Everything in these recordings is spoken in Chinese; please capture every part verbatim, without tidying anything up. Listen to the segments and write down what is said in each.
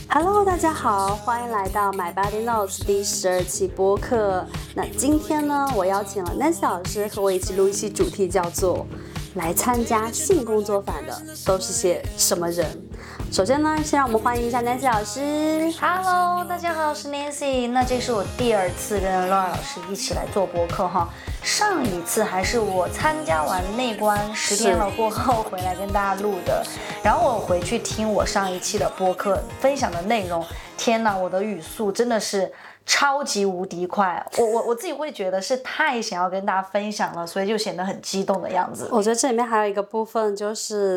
Hello， 大家好，欢迎来到 My Body Notes 第十二期播客。那今天呢，我邀请了 Nancy 老师和我一起录一期主题，叫做来参加性工作坊的都是些什么人。首先呢，先让我们欢迎一下 Nancy 老师。 Hello， 大家好，我是 Nancy。那这是我第二次跟 Laura 老师一起来做播客哈。上一次还是我参加完内观十天了过后回来跟大家录的，然后我回去听我上一期的播客分享的内容，天哪，我的语速真的是超级无敌快，我我我自己会觉得是太想要跟大家分享了，所以就显得很激动的样子。 我觉得这里面还有一个部分就是，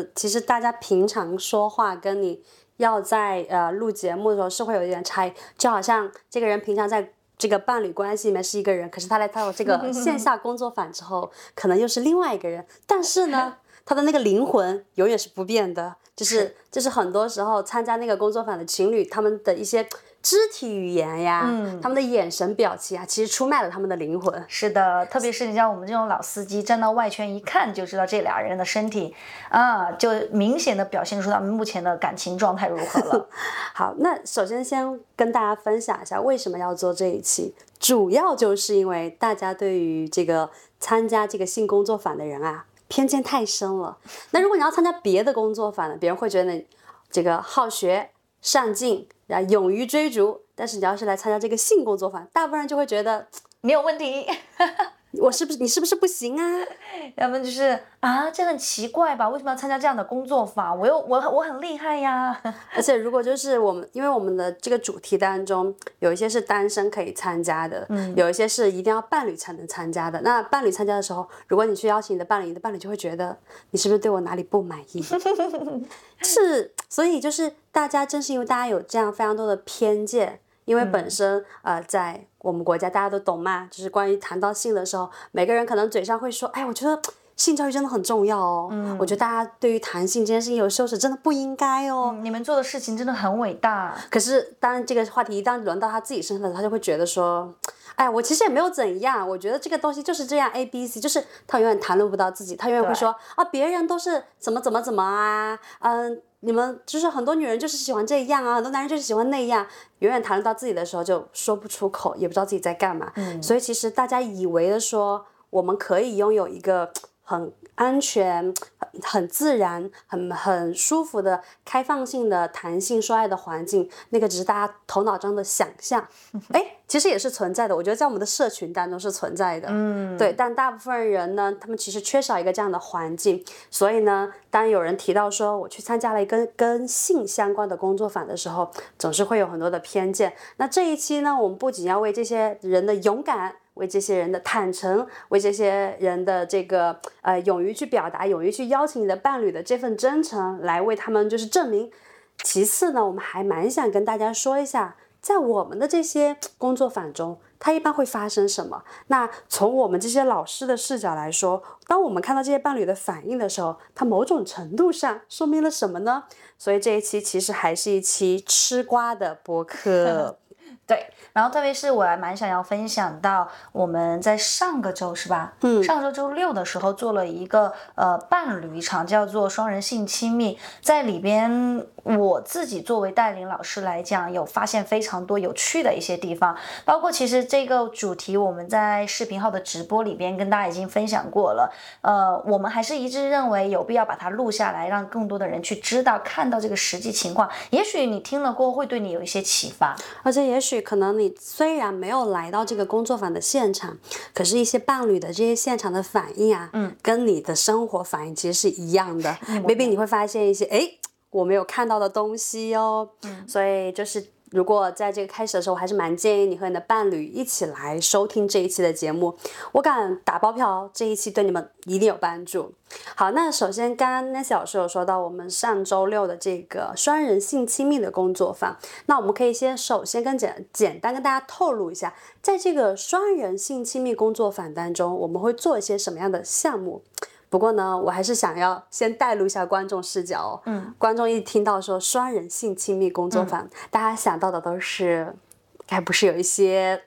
其实大家平常说话跟你要在呃录节目的时候是会有一点差异，就好像这个人平常在这个伴侣关系里面是一个人，可是他来到这个线下工作坊之后可能又是另外一个人，但是呢他的那个灵魂永远是不变的，就是就是很多时候参加那个工作坊的情侣，他们的一些肢体语言呀、嗯、他们的眼神表情啊，其实出卖了他们的灵魂。 是的，特别是你像我们这种老司机站到外圈一看就知道这俩人的身体啊，就明显的表现出他们目前的感情状态如何了。 好，那首先先跟大家分享一下为什么要做这一期，主要就是因为大家对于这个参加这个性工作坊的人啊偏见太深了。那如果你要参加别的工作坊呢，别人会觉得你这个好学上进啊，勇于追逐，但是你要是来参加这个性工作坊，大部分人就会觉得没有问题。 我是不是你是不是不行啊？ 要不就是啊，这很奇怪吧？为什么要参加这样的工作坊？我又我我很厉害呀！ 而且如果就是我们，因为我们的这个主题当中有一些是单身可以参加的，嗯，有一些是一定要伴侣才能参加的。那伴侣参加的时候，如果你去邀请你的伴侣，你的伴侣就会觉得你是不是对我哪里不满意？是，所以就是大家正是因为大家有这样非常多的偏见。因为本身、嗯、呃，在我们国家大家都懂嘛，就是关于谈到性的时候，每个人可能嘴上会说，哎，我觉得性教育真的很重要哦、嗯、我觉得大家对于谈性这件事情有羞耻真的不应该哦、 嗯、你们做的事情真的很伟大。 可是当这个话题一旦轮到他自己身上的时候，他就会觉得说，哎，我其实也没有怎样，我觉得这个东西就是这样 A B C， 就是他永远谈论不到自己，他永远会说啊，别人都是怎么怎么怎么啊，嗯，你们就是很多女人就是喜欢这样啊，很多男人就是喜欢那样，永远谈论到自己的时候就说不出口，也不知道自己在干嘛、嗯、所以其实大家以为的说我们可以拥有一个很安全很很自然很很舒服的开放性的弹性说爱的环境，那个只是大家头脑中的想象，哎，其实也是存在的，我觉得在我们的社群当中是存在的，嗯，对，但大部分人呢，他们其实缺少一个这样的环境，所以呢，当有人提到说我去参加了一个跟性相关的工作坊的时候，总是会有很多的偏见。那这一期呢，我们不仅要为这些人的勇敢，为这些人的坦诚，为这些人的这个呃勇于去表达，勇于去邀请你的伴侣的这份真诚来为他们就是证明。其次呢，我们还蛮想跟大家说一下，在我们的这些工作坊中它一般会发生什么。那从我们这些老师的视角来说，当我们看到这些伴侣的反应的时候，它某种程度上说明了什么呢？所以这一期其实还是一期吃瓜的播客。 对，然后特别是我还蛮想要分享到我们在上个周是吧？嗯，上周周六的时候做了一个呃伴侣一场，叫做双人性亲密，在里边我自己作为带领老师来讲，有发现非常多有趣的一些地方，包括其实这个主题我们在视频号的直播里边跟大家已经分享过了，呃，我们还是一致认为有必要把它录下来，让更多的人去知道看到这个实际情况，也许你听了过后会对你有一些启发， 而且也许可能你虽然没有来到这个工作坊的现场，可是一些伴侣的这些现场的反应啊，嗯，跟你的生活反应其实是一样的、嗯、maybe 你会发现一些诶我没有看到的东西哦，嗯，所以就是如果在这个开始的时候，我还是蛮建议你和你的伴侣一起来收听这一期的节目，我敢打包票这一期对你们一定有帮助。好，那首先刚刚 Nancy 老师有说到我们上周六的这个双人性亲密的工作坊，那我们可以先首先跟简简单跟大家透露一下，在这个双人性亲密工作坊当中我们会做一些什么样的项目。不过呢，我还是想要先带入一下观众视角哦。嗯，观众一听到说双人性亲密工作坊、嗯、大家想到的都是该不是有一些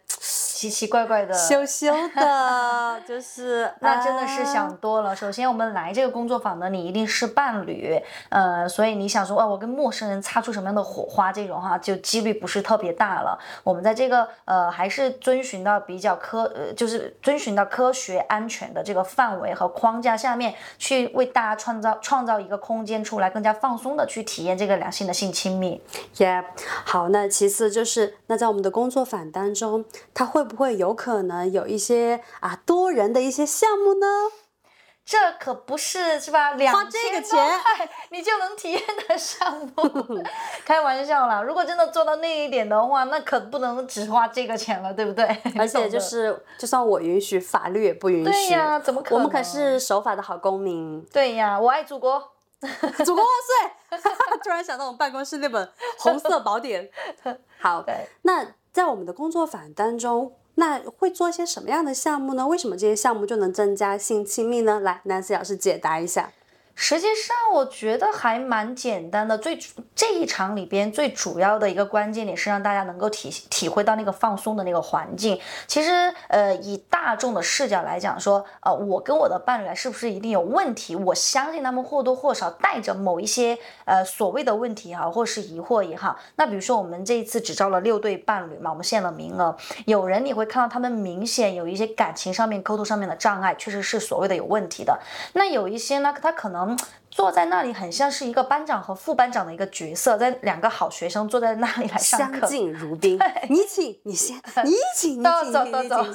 奇奇怪怪的羞羞的，就是那真的是想多了。首先我们来这个工作坊的你一定是伴侣，呃，所以你想说，哦，我跟陌生人擦出什么样的火花，这种哈就几率不是特别大了。我们在这个呃还是遵循到比较科呃就是遵循到科学安全的这个范围和框架下面，去为大家创造创造一个空间出来，更加放松的去体验这个两性的性亲密。 Yeah， 好，那其次就是那在我们的工作坊当中，它会不会有可能有一些啊多人的一些项目呢？ 这可不是是吧？两这个钱你就能体验的项目，开玩笑啦！如果真的做到那一点的话，那可不能只花这个钱了，对不对？ 而且就是，就算我允许，法律也不允许。 对呀，怎么可能？ 我们可是守法的好公民。 对呀，我爱祖国， 祖国万岁！突然想到我们办公室那本红色宝典。好，那在我们的工作坊当中。那会做一些什么样的项目呢？为什么这些项目就能增加性亲密呢？来，Nancy老师解答一下。 实际上我觉得还蛮简单的，最这一场里边最主要的一个关键点是让大家能够体体会到那个放松的那个环境。其实呃以大众的视角来讲说，呃我跟我的伴侣是不是一定有问题，我相信他们或多或少带着某一些呃所谓的问题也好，或是疑惑也好。那比如说我们这一次只招了六对伴侣嘛，我们限了名额，有人你会看到他们明显有一些感情上面沟通上面的障碍，确实是所谓的有问题的。那有一些呢，他可能坐在那里很像是一个班长和副班长的一个角色，在两个好学生坐在那里来上课， 相敬如宾。你请，你先，你请，你请， 走走走。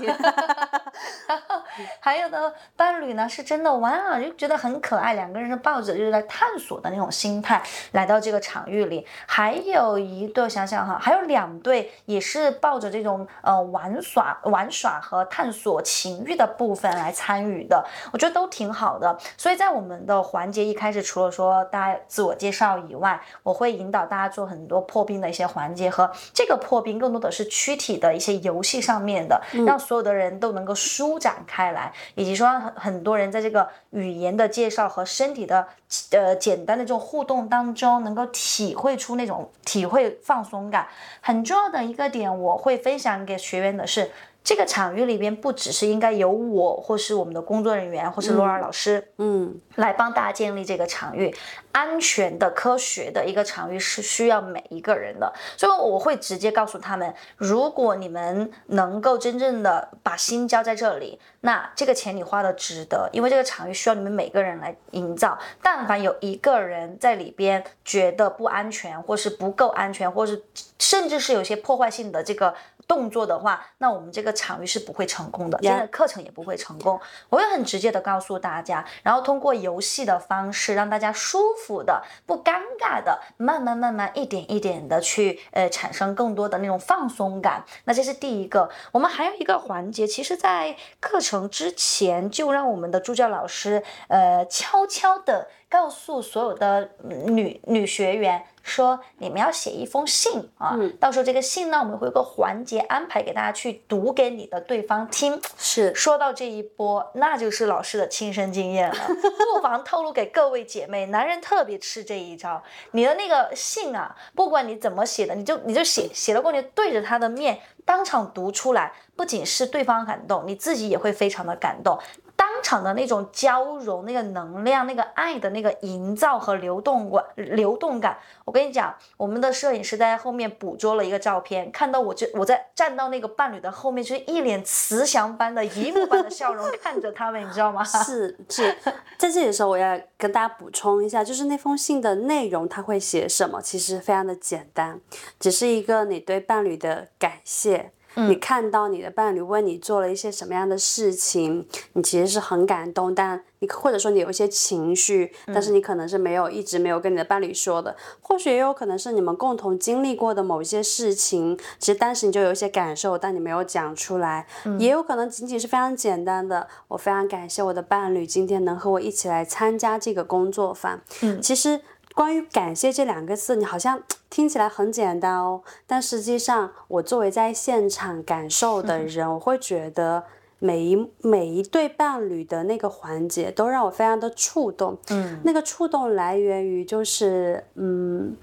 还有的伴侣呢，是真的哇，就觉得很可爱，两个人抱着就是来探索的那种心态来到这个场域里。还有一对，想想哈，还有两对也是抱着这种呃玩耍、玩耍和探索情欲的部分来参与的，我觉得都挺好的。所以在我们的环节一开始，除了说大家自我介绍以外，我会引导大家做很多破冰的一些环节，和这个破冰更多的是躯体的一些游戏上面的，让所有的人都能够舒展开来，以及说很多人在这个语言的介绍和身体的呃简单的这种互动当中，能够体会出那种体会放松感。很重要的一个点，我会分享给学员的是，这个场域里边不只是应该由我或是我们的工作人员或是罗尔老师嗯来帮大家建立这个场域，安全的科学的一个场域是需要每一个人的。所以我会直接告诉他们，如果你们能够真正的把心交在这里，那这个钱你花的值得，因为这个场域需要你们每个人来营造。但凡有一个人在里边觉得不安全，或是不够安全，或是甚至是有些破坏性的这个动作的话，那我们这个场域是不会成功的，真的课程也不会成功。我会很直接的告诉大家，然后通过游戏的方式让大家舒服的、不尴尬的，慢慢慢慢一点一点的去呃产生更多的那种放松感。那这是第一个。我们还有一个环节，其实在课程之前就让我们的助教老师呃悄悄的告诉所有的女女学员说，你们要写一封信啊、嗯，到时候这个信呢，我们会有个环节安排给大家去读给你的对方听。 是， 说到这一波，那就是老师的亲身经验了，不妨透露给各位姐妹，男人特别吃这一招。你的那个信啊，不管你怎么写的，你就你就写写了过后，你对着他的面当场读出来，不仅是对方感动，你自己也会非常的感动。当场的那种交融、那个能量、那个爱的那个营造和流动感、流动感，我跟你讲，我们的摄影师在后面捕捉了一个照片，看到我就我在站到那个伴侣的后面，就是一脸慈祥般的、姨母般的笑容看着他们，你知道吗？ 是是，在这里的时候，我要跟大家补充一下，就是那封信的内容，它会写什么？其实非常的简单，只是一个你对伴侣的感谢。嗯、你看到你的伴侣为你做了一些什么样的事情，你其实是很感动，但你或者说你有一些情绪，但是你可能是没有一直没有跟你的伴侣说的，或许也有可能是你们共同经历过的某一些事情，其实当时你就有一些感受，但你没有讲出来，嗯、也有可能仅仅是非常简单的，我非常感谢我的伴侣今天能和我一起来参加这个工作坊。嗯、其实关于感谢这两个字，你好像听起来很简单哦，但实际上我作为在现场感受的人，嗯、我会觉得每一每一对伴侣的那个环节都让我非常的触动。嗯，那个触动来源于就是嗯，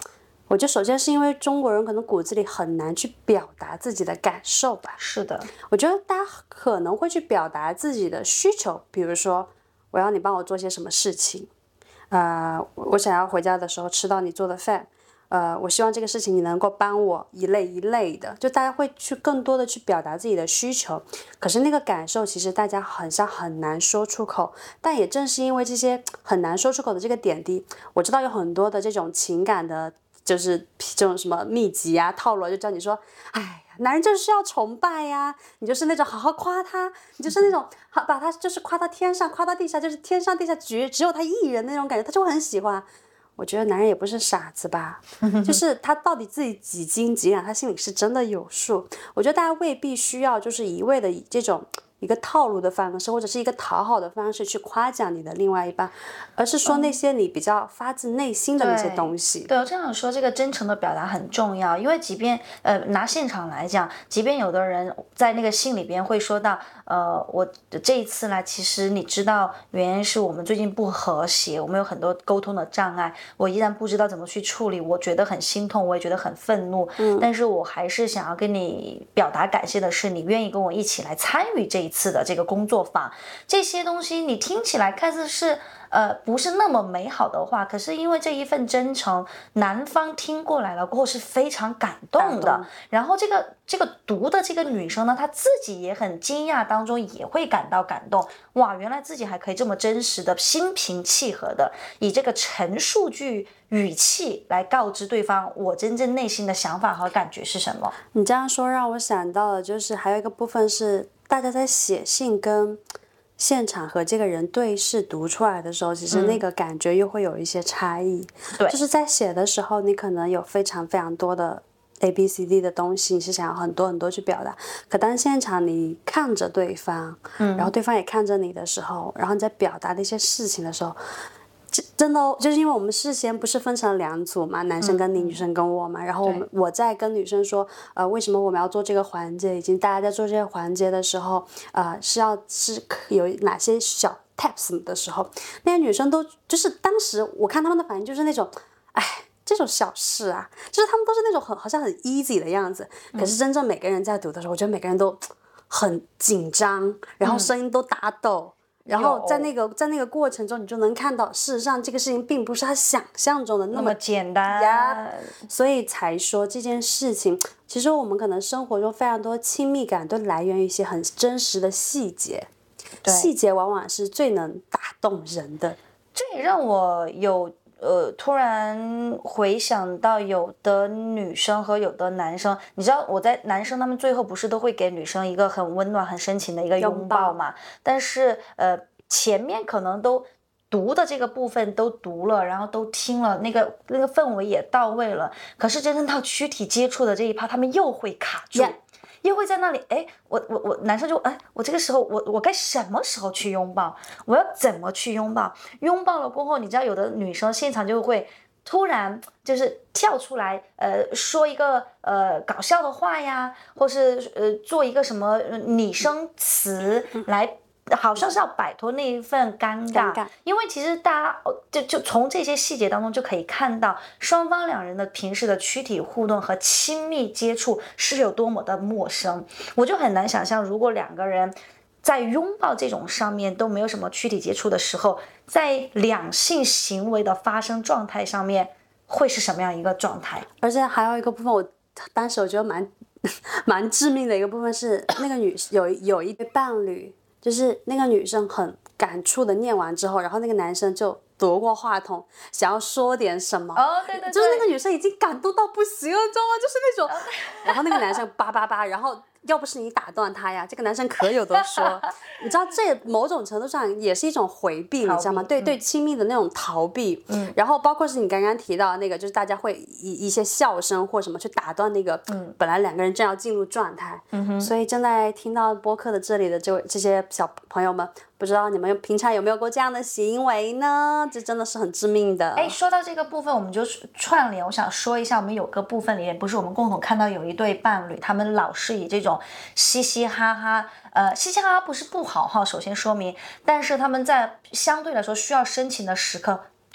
我觉得首先是因为中国人可能骨子里很难去表达自己的感受吧。 是的， 我觉得大家可能会去表达自己的需求，比如说我要你帮我做些什么事情，呃，我想要回家的时候吃到你做的饭，呃，我希望这个事情你能够帮我一类一类的，就大家会去更多的去表达自己的需求，可是那个感受其实大家好像很难说出口，但也正是因为这些很难说出口的这个点滴，我知道有很多的这种情感的，就是这种什么秘籍啊、套路，就教你说，哎。男人就是需要崇拜呀，你就是那种好好夸他，你就是那种好把他就是夸到天上，夸到地下，就是天上地下只只有他一人那种感觉，他就会很喜欢。我觉得男人也不是傻子吧，就是他到底自己几斤几两，他心里是真的有数。我觉得大家未必需要就是一味的以这种一个套路的方式，或者是一个讨好的方式去夸奖你的另外一半，而是说那些你比较发自内心的那些东西。 对，我这样说，这个真诚的表达很重要，因为即便呃拿现场来讲，即便有的人在那个信里边会说到，呃，我这一次来，其实你知道，原因是我们最近不和谐，我们有很多沟通的障碍，我依然不知道怎么去处理，我觉得很心痛，我也觉得很愤怒，嗯，但是我还是想要跟你表达感谢的是，你愿意跟我一起来参与这一次的这个工作坊，这些东西你听起来看似是。呃，不是那么美好的话，可是因为这一份真诚，男方听过来了过后是非常感动的。然后这个这个读的这个女生呢，她自己也很惊讶，当中也会感到感动。哇，原来自己还可以这么真实的、心平气和的，以这个陈述句语气来告知对方我真正内心的想法和感觉是什么。 你这样说让我想到了，就是还有一个部分是大家在写信跟。现场和这个人对视读出来的时候，其实那个感觉又会有一些差异。 对、嗯， 就是在写的时候，你可能有非常非常多的 A B C D 的东西，你是想要很多很多去表达。可当现场你看着对方，嗯，然后对方也看着你的时候，然后你在表达那些事情的时候。真的就是因为我们事先不是分成了两组嘛，男生跟你，嗯、女生跟我嘛，然后我们我在跟女生说，呃，为什么我们要做这个环节，以及大家在做这个环节的时候，呃，是要是有哪些小 tips 的时候，那些女生都就是当时我看他们的反应就是那种，哎。这种小事啊，就是他们都是那种很好像很 easy 的样子，可是真正每个人在读的时候，我觉得每个人都很紧张，然后声音都打抖。嗯然后在那个在那个过程中，你就能看到，事实上这个事情并不是他想象中的那么, 那么简单呀，所以才说这件事情，其实我们可能生活中非常多亲密感都来源于一些很真实的细节，细节往往是最能打动人的。 这也让我有。呃，突然回想到有的女生和有的男生，你知道我在男生他们最后不是都会给女生一个很温暖很深情的一个拥抱嘛，但是呃前面可能都读的这个部分都读了，然后都听了，那个那个氛围也到位了，可是真正到躯体接触的这一趴他们又会卡住、yeah.又会在那里，哎，我我我，男生就，哎，我这个时候，我我该什么时候去拥抱？我要怎么去拥抱？拥抱了过后，你知道，有的女生现场就会突然就是跳出来，呃，说一个呃搞笑的话呀，或是呃做一个什么拟声词来。好像是要摆脱那一份尴尬， 尴尬因为其实大家就就从这些细节当中就可以看到，双方两人的平时的躯体互动和亲密接触是有多么的陌生。我就很难想象，如果两个人在拥抱这种上面都没有什么躯体接触的时候，在两性行为的发生状态上面会是什么样一个状态。 而且还有一个部分，我当时我觉得蛮蛮致命的一个部分是，那个女有有一对伴侣。就是那个女生很感触的念完之后，然后那个男生就夺过话筒，想要说点什么。 哦，对对对， 就是那个女生已经感动到不行了，你知道吗？就是那种，然后那个男生叭叭叭，然后要不是你打断他呀，这个男生可有的说。你知道，这某种程度上也是一种回避，你知道吗？对、嗯、对，亲密的那种逃避。嗯。然后包括是你刚刚提到的那个，就是大家会以一些笑声或什么去打断那个，嗯，本来两个人正要进入状态。嗯哼。所以正在听到播客的这里的这这些小朋友们，不知道你们平常有没有过这样的行为呢？这真的是很致命的。 哎，说到这个部分，我们就串联，我想说一下，我们有个部分里面，不是我们共同看到有一对伴侣，他们老是以这种嘻嘻哈哈。呃，嘻嘻哈哈不是不好哈，首先说明，但是他们在相对来说需要深情的时刻，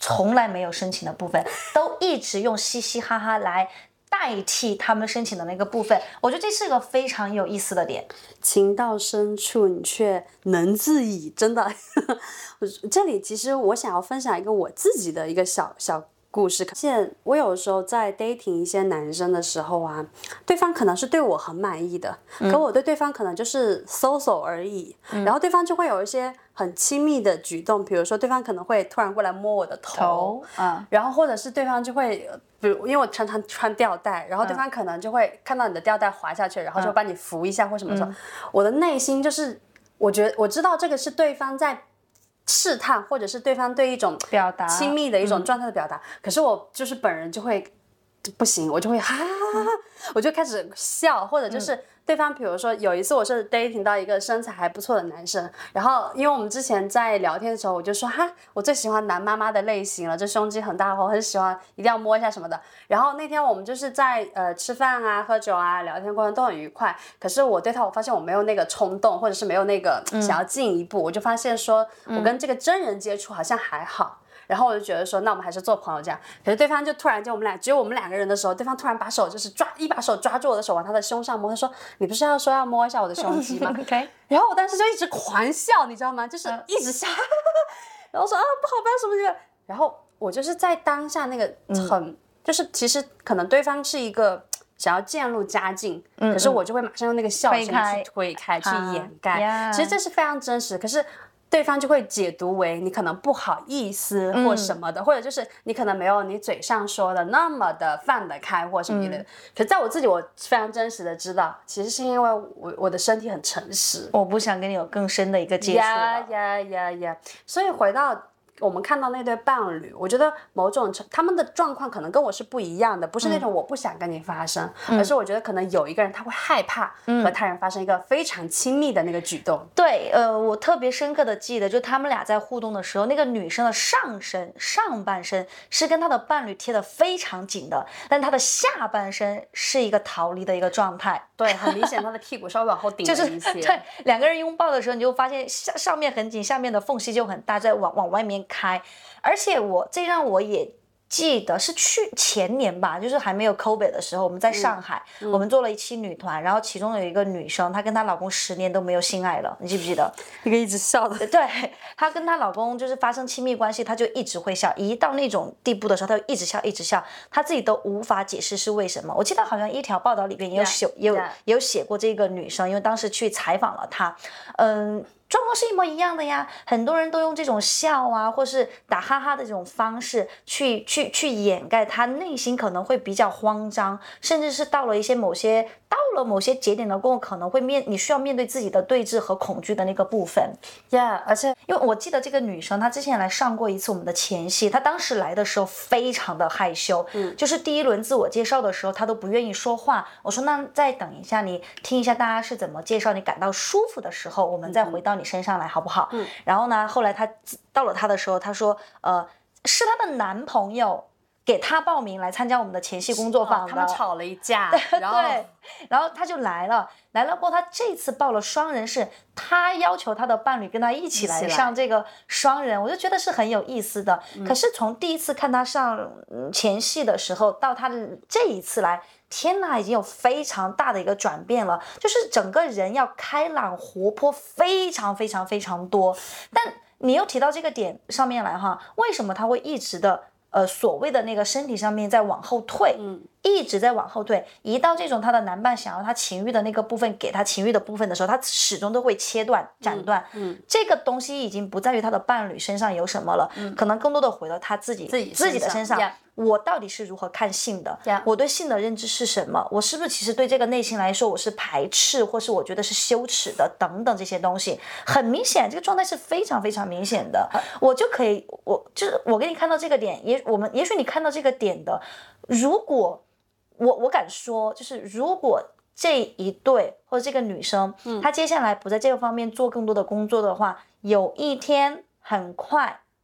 从来没有深情的部分，都一直用嘻嘻哈哈来代替他们深情的那个部分。我觉得这是个非常有意思的点。 情到深处你却能自已，真的。这里其实我想要分享一个我自己的一个小小故事。现我有时候在 dating 一些男生的时候啊，对方可能是对我很满意的，嗯、可我对对方可能就是 so so 而已、嗯、然后对方就会有一些很亲密的举动，比如说对方可能会突然过来摸我的头, 头、嗯、然后或者是对方就会比如因为我常常穿吊带，然后对方可能就会看到你的吊带滑下去，然后就帮你扶一下或什么时候、嗯、我的内心就是我觉得我知道这个是对方在试探，或者是对方对一种表达亲密的一种状态的表达、嗯、可是我就是本人就会不行，我就会哈哈哈哈、嗯、我就开始笑，或者就是对方比如说有一次我是 dating 到一个身材还不错的男生，然后因为我们之前在聊天的时候我就说哈我最喜欢男妈妈的类型了，这胸肌很大，我很喜欢一定要摸一下什么的。然后那天我们就是在呃吃饭啊喝酒啊聊天过程都很愉快，可是我对他我发现我没有那个冲动，或者是没有那个想要进一步、嗯、我就发现说我跟这个真人接触好像还好、嗯，然后我就觉得说那我们还是做朋友这样。可是对方就突然间我们俩只有我们两个人的时候，对方突然把手就是抓一把手抓住我的手往他的胸上摸，他说你不是要说要摸一下我的胸肌吗 ？okay. 然后我当时就一直狂笑你知道吗，就是一直笑、嗯、然后说啊不好不要什么什么，然后我就是在当下那个很、嗯、就是其实可能对方是一个想要渐入佳境、嗯、可是我就会马上用那个笑声去推开去掩盖、啊、其实这是非常真实，可是对方就会解读为你可能不好意思或什么的、嗯、或者就是你可能没有你嘴上说的那么的放得开或什么之类的、嗯、可是在我自己我非常真实的知道，其实是因为我我的身体很诚实， 我不想跟你有更深的一个接触呀呀呀呀，所以回到我们看到那对伴侣，我觉得某种他们的状况可能跟我是不一样的，不是那种我不想跟你发生、嗯、而是我觉得可能有一个人他会害怕和他人发生一个非常亲密的那个举动、嗯、 对，呃，我特别深刻的记得就他们俩在互动的时候，那个女生的上身上半身是跟她的伴侣贴得非常紧的，但她的下半身是一个逃离的一个状态， 对，很明显她的屁股稍微往后顶了一些、 就是、对，两个人拥抱的时候你就发现上上面很紧，下面的缝隙就很大，在往往外面开。而且我这让我也记得是去前年吧，就是还没有 COVID 的时候，我们在上海、嗯嗯、我们做了一期女团，然后其中有一个女生她跟她老公十年都没有性爱了，你记不记得？ 那个一直笑的， 对，她跟她老公就是发生亲密关系她就一直会笑，一到那种地步的时候她就一直笑一直笑，她自己都无法解释是为什么。我记得好像一条报道里边也有写、yeah, 也有 yeah. 也有写过这个女生，因为当时去采访了她，嗯，状况是一模一样的呀，很多人都用这种笑啊或是打哈哈的这种方式去去去掩盖他内心可能会比较慌张，甚至是到了一些某些到了某些节点的过后可能会面你需要面对自己的对峙和恐惧的那个部分。 Yeah， 而且因为我记得这个女生她之前来上过一次我们的前戏，她当时来的时候非常的害羞、嗯、就是第一轮自我介绍的时候她都不愿意说话，我说那再等一下你听一下大家是怎么介绍，你感到舒服的时候我们再回到你身上来好不好、嗯、然后呢后来她到了她的时候她说呃是她的男朋友给她报名来参加我们的前戏工作坊的、 哦、他们吵了一架然后对，然后她就来了来了过后她这次报了双人是她要求她的伴侣跟她一起来上这个双人，我就觉得是很有意思的、嗯、可是从第一次看她上前戏的时候到她这一次来，天哪，已经有非常大的一个转变了，就是整个人要开朗活泼非常非常非常多。但你又提到这个点上面来哈，为什么他会一直的呃所谓的那个身体上面在往后退，嗯，一直在往后退，一到这种他的男伴想要他情欲的那个部分给他情欲的部分的时候，他始终都会切断斩断、嗯嗯、这个东西已经不在于他的伴侣身上有什么了、嗯、可能更多的回到他自己自己自己的身上、yeah.我到底是如何看性的、yeah. 我对性的认知是什么，我是不是其实对这个内心来说我是排斥或是我觉得是羞耻的等等，这些东西很明显，这个状态是非常非常明显的。我就可以我就是我给你看到这个点，也我们也许你看到这个点的，如果我我敢说就是如果这一对或者这个女生、嗯、她接下来不在这个方面做更多的工作的话，有一天很快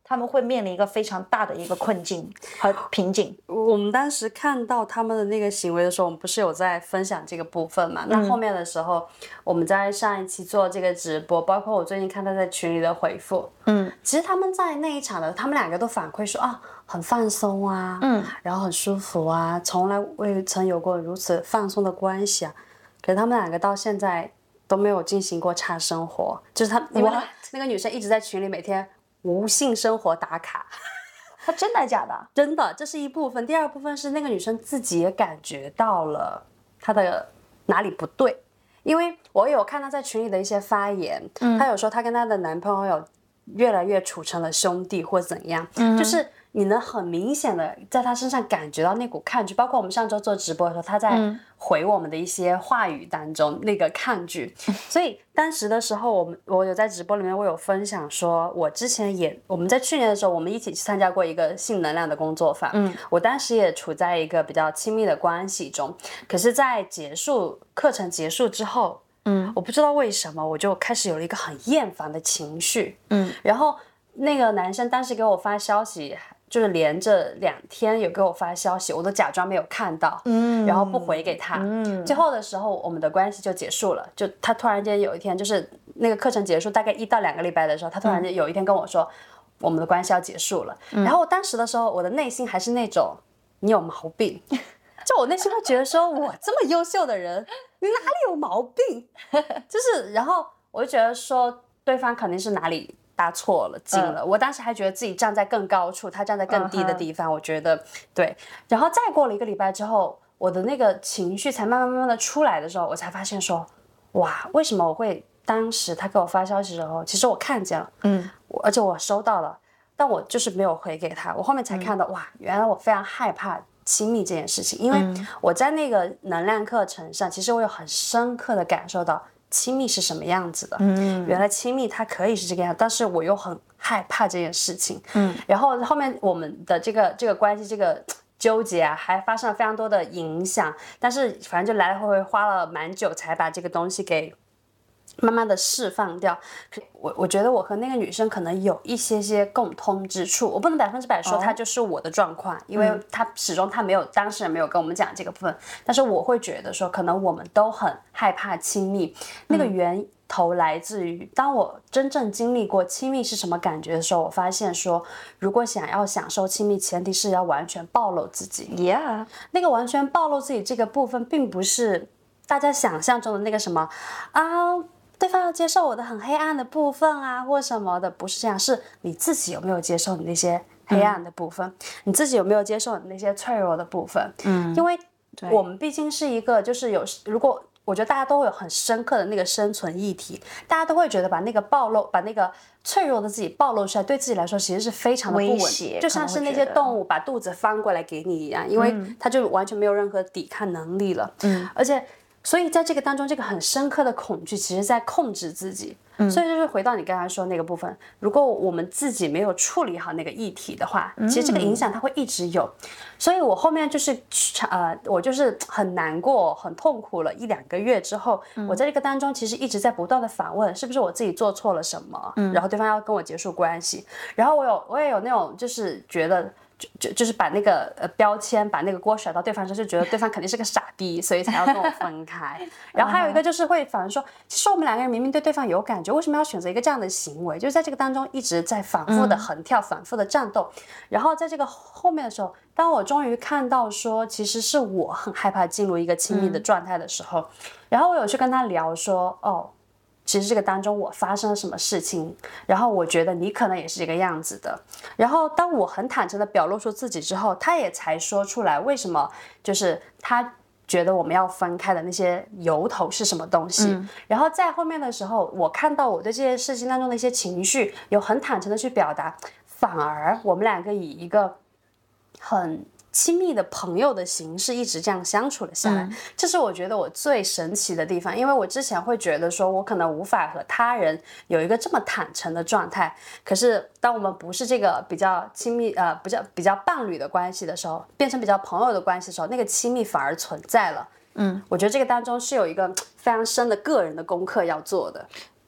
他们会面临一个非常大的一个困境和瓶颈。 我们当时看到他们的那个行为的时候，我们不是有在分享这个部分嘛？那后面的时候，我们在上一期做这个直播，包括我最近看他在群里的回复，嗯，其实他们在那一场的，他们两个都反馈说啊，很放松啊，嗯，然后很舒服啊，从来未曾有过如此放松的关系啊。可是他们两个到现在都没有进行过差生活，就是他因为那个那个女生一直在群里每天无性生活打卡。 他真的假的？ 真的，这是一部分。第二部分是那个女生自己也感觉到了她的哪里不对，因为我有看她在群里的一些发言，嗯、她有说她跟她的男朋友越来越处成了兄弟或怎样，嗯、就是你能很明显的在她身上感觉到那股抗拒，包括我们上周做直播的时候，她在回我们的一些话语当中那个抗拒，所以当时的时候，我们我有在直播里面我有分享说，我之前也我们在去年的时候，我们一起去参加过一个性能量的工作坊，嗯，我当时也处在一个比较亲密的关系中，可是，在结束课程结束之后，嗯，我不知道为什么我就开始有了一个很厌烦的情绪，嗯，然后那个男生当时给我发消息。就是连着两天有给我发消息，我都假装没有看到，嗯，然后不回给他，嗯，最后的时候我们的关系就结束了。就他突然间有一天，就是那个课程结束大概一到两个礼拜的时候，他突然间有一天跟我说，嗯、我们的关系要结束了。嗯、然后当时的时候，我的内心还是那种你有毛病，就我内心会觉得说，我这么优秀的人，你哪里有毛病？就是，然后我就觉得说，对方肯定是哪里。搭错了进了、嗯、我当时还觉得自己站在更高处，他站在更低的地方、uh-huh. 我觉得对。然后再过了一个礼拜之后，我的那个情绪才慢慢慢慢的出来的时候，我才发现说，哇，为什么我会当时他给我发消息的时候，其实我看见了，嗯，而且我收到了，但我就是没有回给他。我后面才看到、嗯、哇，原来我非常害怕亲密这件事情，因为我在那个能量课程上，其实我有很深刻的感受到亲密是什么样子的，嗯，原来亲密它可以是这个样子，但是我又很害怕这件事情，嗯，然后后面我们的这个这个关系这个纠结啊，还发生了非常多的影响，但是反正就来来回回花了蛮久才把这个东西给慢慢的释放掉。我我觉得我和那个女生可能有一些些共通之处，我不能百分之百说她就是我的状况、哦、因为她始终她没有当事人没有跟我们讲这个部分，但是我会觉得说可能我们都很害怕亲密，那个源头来自于当我真正经历过亲密是什么感觉的时候，我发现说如果想要享受亲密，前提是要完全暴露自己。 Yeah， 那个完全暴露自己这个部分并不是大家想象中的那个什么啊对方要接受我的很黑暗的部分啊或什么的，不是这样，是你自己有没有接受你那些黑暗的部分、嗯、你自己有没有接受你那些脆弱的部分。嗯，因为我们毕竟是一个就是有如果我觉得大家都会有很深刻的那个生存议题，大家都会觉得把那个暴露把那个脆弱的自己暴露出来，对自己来说其实是非常的不稳，就像是那些动物把肚子翻过来给你一样，因为它就完全没有任何抵抗能力了。嗯，而且所以在这个当中，这个很深刻的恐惧其实在控制自己、嗯、所以就是回到你刚才说那个部分，如果我们自己没有处理好那个议题的话、嗯、其实这个影响它会一直有。所以我后面就是呃，我就是很难过很痛苦了一两个月之后、嗯、我在这个当中其实一直在不断的反问是不是我自己做错了什么、嗯、然后对方要跟我结束关系，然后我有我也有那种就是觉得就就就是把那个呃标签把那个锅甩到对方身上，就觉得对方肯定是个傻逼，所以才要跟我分开。然后还有一个就是会反正说，其实我们两个人明明对对方有感觉，为什么要选择一个这样的行为？就是在这个当中一直在反复的横跳、嗯、反复的战斗。然后在这个后面的时候，当我终于看到说，其实是我很害怕进入一个亲密的状态的时候、嗯、然后我有去跟他聊说，哦。其实这个当中我发生了什么事情，然后我觉得你可能也是这个样子的，然后当我很坦诚的表露出自己之后，他也才说出来为什么就是他觉得我们要分开的那些由头是什么东西、嗯、然后在后面的时候我看到我对这些事情当中的一些情绪有很坦诚的去表达，反而我们两个以一个很亲密的朋友的形式一直这样相处了下来、嗯、这是我觉得我最神奇的地方，因为我之前会觉得说我可能无法和他人有一个这么坦诚的状态，可是当我们不是这个比较亲密呃比较比较伴侣的关系的时候，变成比较朋友的关系的时候，那个亲密反而存在了。嗯，我觉得这个当中是有一个非常深的个人的功课要做的。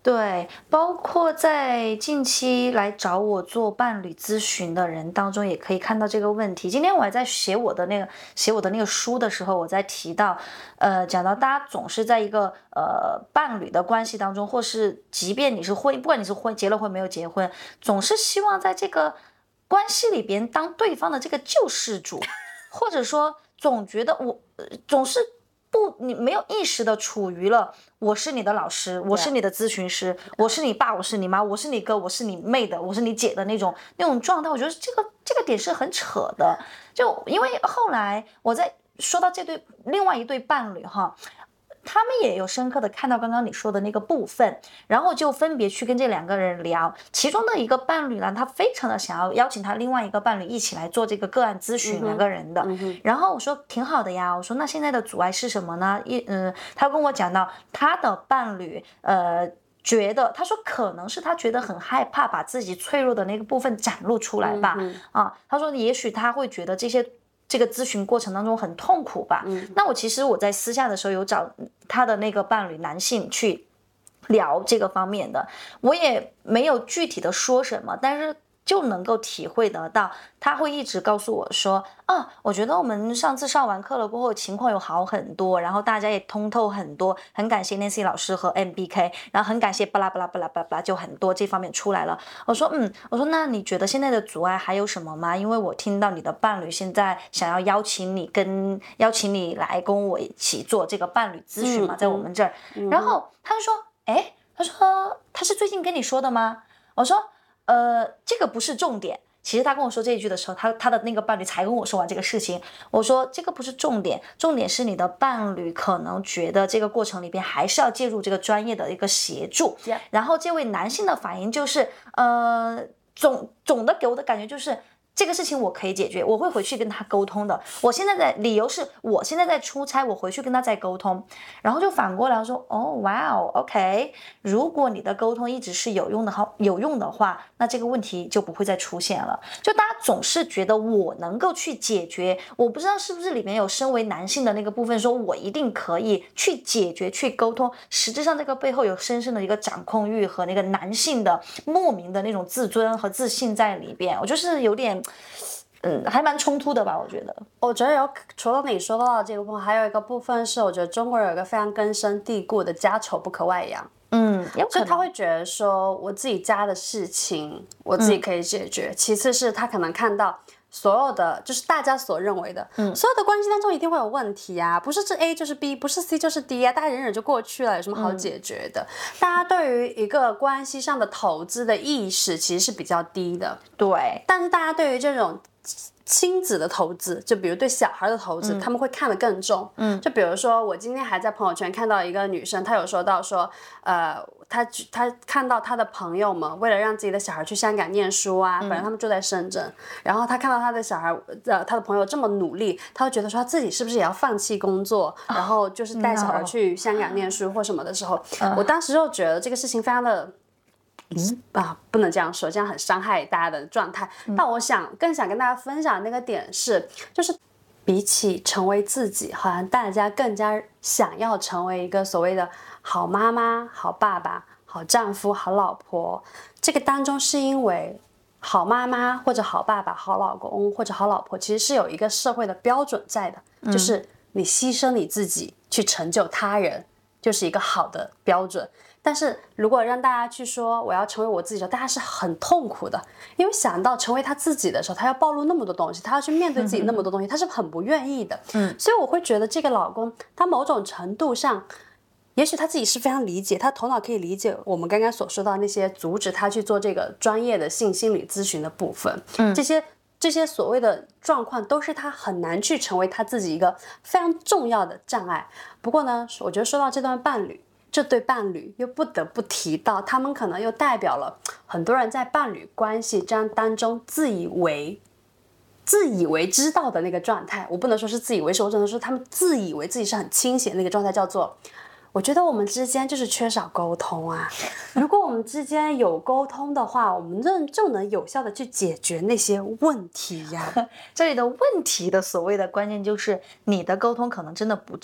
对，包括在近期来找我做伴侣咨询的人当中，也可以看到这个问题。今天我还在写我的那个写我的那个书的时候，我在提到，呃，讲到大家总是在一个呃伴侣的关系当中，或是即便你是婚，不管你是婚结了婚没有结婚，总是希望在这个关系里边当对方的这个救世主，或者说总觉得我、呃、总是。不，你没有意识的处于了，我是你的老师，我是你的咨询师，我是你爸，我是你妈，我是你哥，我是你妹的，我是你姐的那种那种状态，我觉得这个这个点是很扯的。就因为后来我在说到这对另外一对伴侣哈。他们也有深刻的看到刚刚你说的那个部分，然后就分别去跟这两个人聊，其中的一个伴侣呢，他非常的想要邀请他另外一个伴侣一起来做这个个案咨询，嗯、两个人的、嗯。然后我说挺好的呀，我说那现在的阻碍是什么呢？一嗯，他跟我讲到他的伴侣呃。觉得他说可能是他觉得很害怕把自己脆弱的那个部分展露出来吧、嗯、啊，他说也许他会觉得这些这个咨询过程当中很痛苦吧、嗯、那我其实我在私下的时候有找他的那个伴侣男性去聊这个方面的，我也没有具体的说什么，但是就能够体会得到，他会一直告诉我说啊，我觉得我们上次上完课了过后情况有好很多，然后大家也通透很多，很感谢 Nancy 老师和 M B K， 然后很感谢巴拉巴拉巴拉巴拉，就很多这方面出来了。我说嗯，我说那你觉得现在的阻碍还有什么吗？因为我听到你的伴侣现在想要邀请你跟邀请你来跟我一起做这个伴侣咨询嘛、嗯、在我们这儿、嗯、然后他就说哎，他说他是最近跟你说的吗？我说呃，这个不是重点。其实他跟我说这一句的时候，他他的那个伴侣才跟我说完这个事情。我说这个不是重点，重点是你的伴侣可能觉得这个过程里边还是要介入这个专业的一个协助。Yeah. 然后这位男性的反应就是，呃，总总的给我的感觉就是。这个事情我可以解决，我会回去跟他沟通的。我现在在理由是我现在在出差，我回去跟他再沟通。然后就反过来说，哦，哇哦 ，OK， 如果你的沟通一直是有用的好有用的话，那这个问题就不会再出现了。就大家总是觉得我能够去解决，我不知道是不是里面有身为男性的那个部分，说我一定可以去解决、去沟通。实质上这个背后有深深的一个掌控欲和那个男性的莫名的那种自尊和自信在里边。我就是有点。嗯，还蛮冲突的吧？我觉得， 我觉得有除了你说到的这个部分，还有一个部分是，我觉得中国人有一个非常根深蒂固的家丑不可外扬。 嗯，有可能， 所以他会觉得说，我自己家的事情我自己可以解决。嗯、其次是他可能看到所有的，就是大家所认为的，嗯，所有的关系当中一定会有问题啊，不是这 A 就是 B， 不是 C 就是 D 啊，大家忍忍就过去了，有什么好解决的？嗯、大家对于一个关系上的投资的意识其实是比较低的， 对。 但是大家对于这种亲子的投资，就比如对小孩的投资、嗯、他们会看得更重。嗯，就比如说我今天还在朋友圈看到一个女生，她有说到说呃她她看到她的朋友们为了让自己的小孩去香港念书啊，本来他们住在深圳、嗯、然后她看到她的小孩呃她的朋友这么努力，她会觉得说她自己是不是也要放弃工作、哦、然后就是带小孩去香港念书或什么的时候、嗯、我当时就觉得这个事情非常的啊，不能这样说，这样很伤害大家的状态、嗯、但我想更想跟大家分享的那个点是，就是比起成为自己，好像大家更加想要成为一个所谓的好妈妈、好爸爸、好丈夫、好老婆。这个当中是因为好妈妈或者好爸爸、好老公或者好老婆其实是有一个社会的标准在的、嗯、就是你牺牲你自己去成就他人，就是一个好的标准。但是如果让大家去说我要成为我自己的时候，大家是很痛苦的，因为想到成为他自己的时候，他要暴露那么多东西，他要去面对自己那么多东西，他是很不愿意的。嗯，所以我会觉得这个老公他某种程度上也许他自己是非常理解，他头脑可以理解我们刚刚所说到那些阻止他去做这个专业的性心理咨询的部分。嗯，这些这些所谓的状况都是他很难去成为他自己一个非常重要的障碍。不过呢，我觉得说到这段伴侣，这对伴侣又不得不提到，他们可能又代表了很多人在伴侣关系这样当中自以为自以为知道的那个状态。我不能说是自以为是，我只能说他们自以为自己是很清醒的那个状态，叫做我觉得我们之间就是缺少沟通啊。如果我们之间有沟通的话，我们就就能有效的去解决那些问题呀。 这里的问题的所谓的关键就是你的沟通可能真的不只是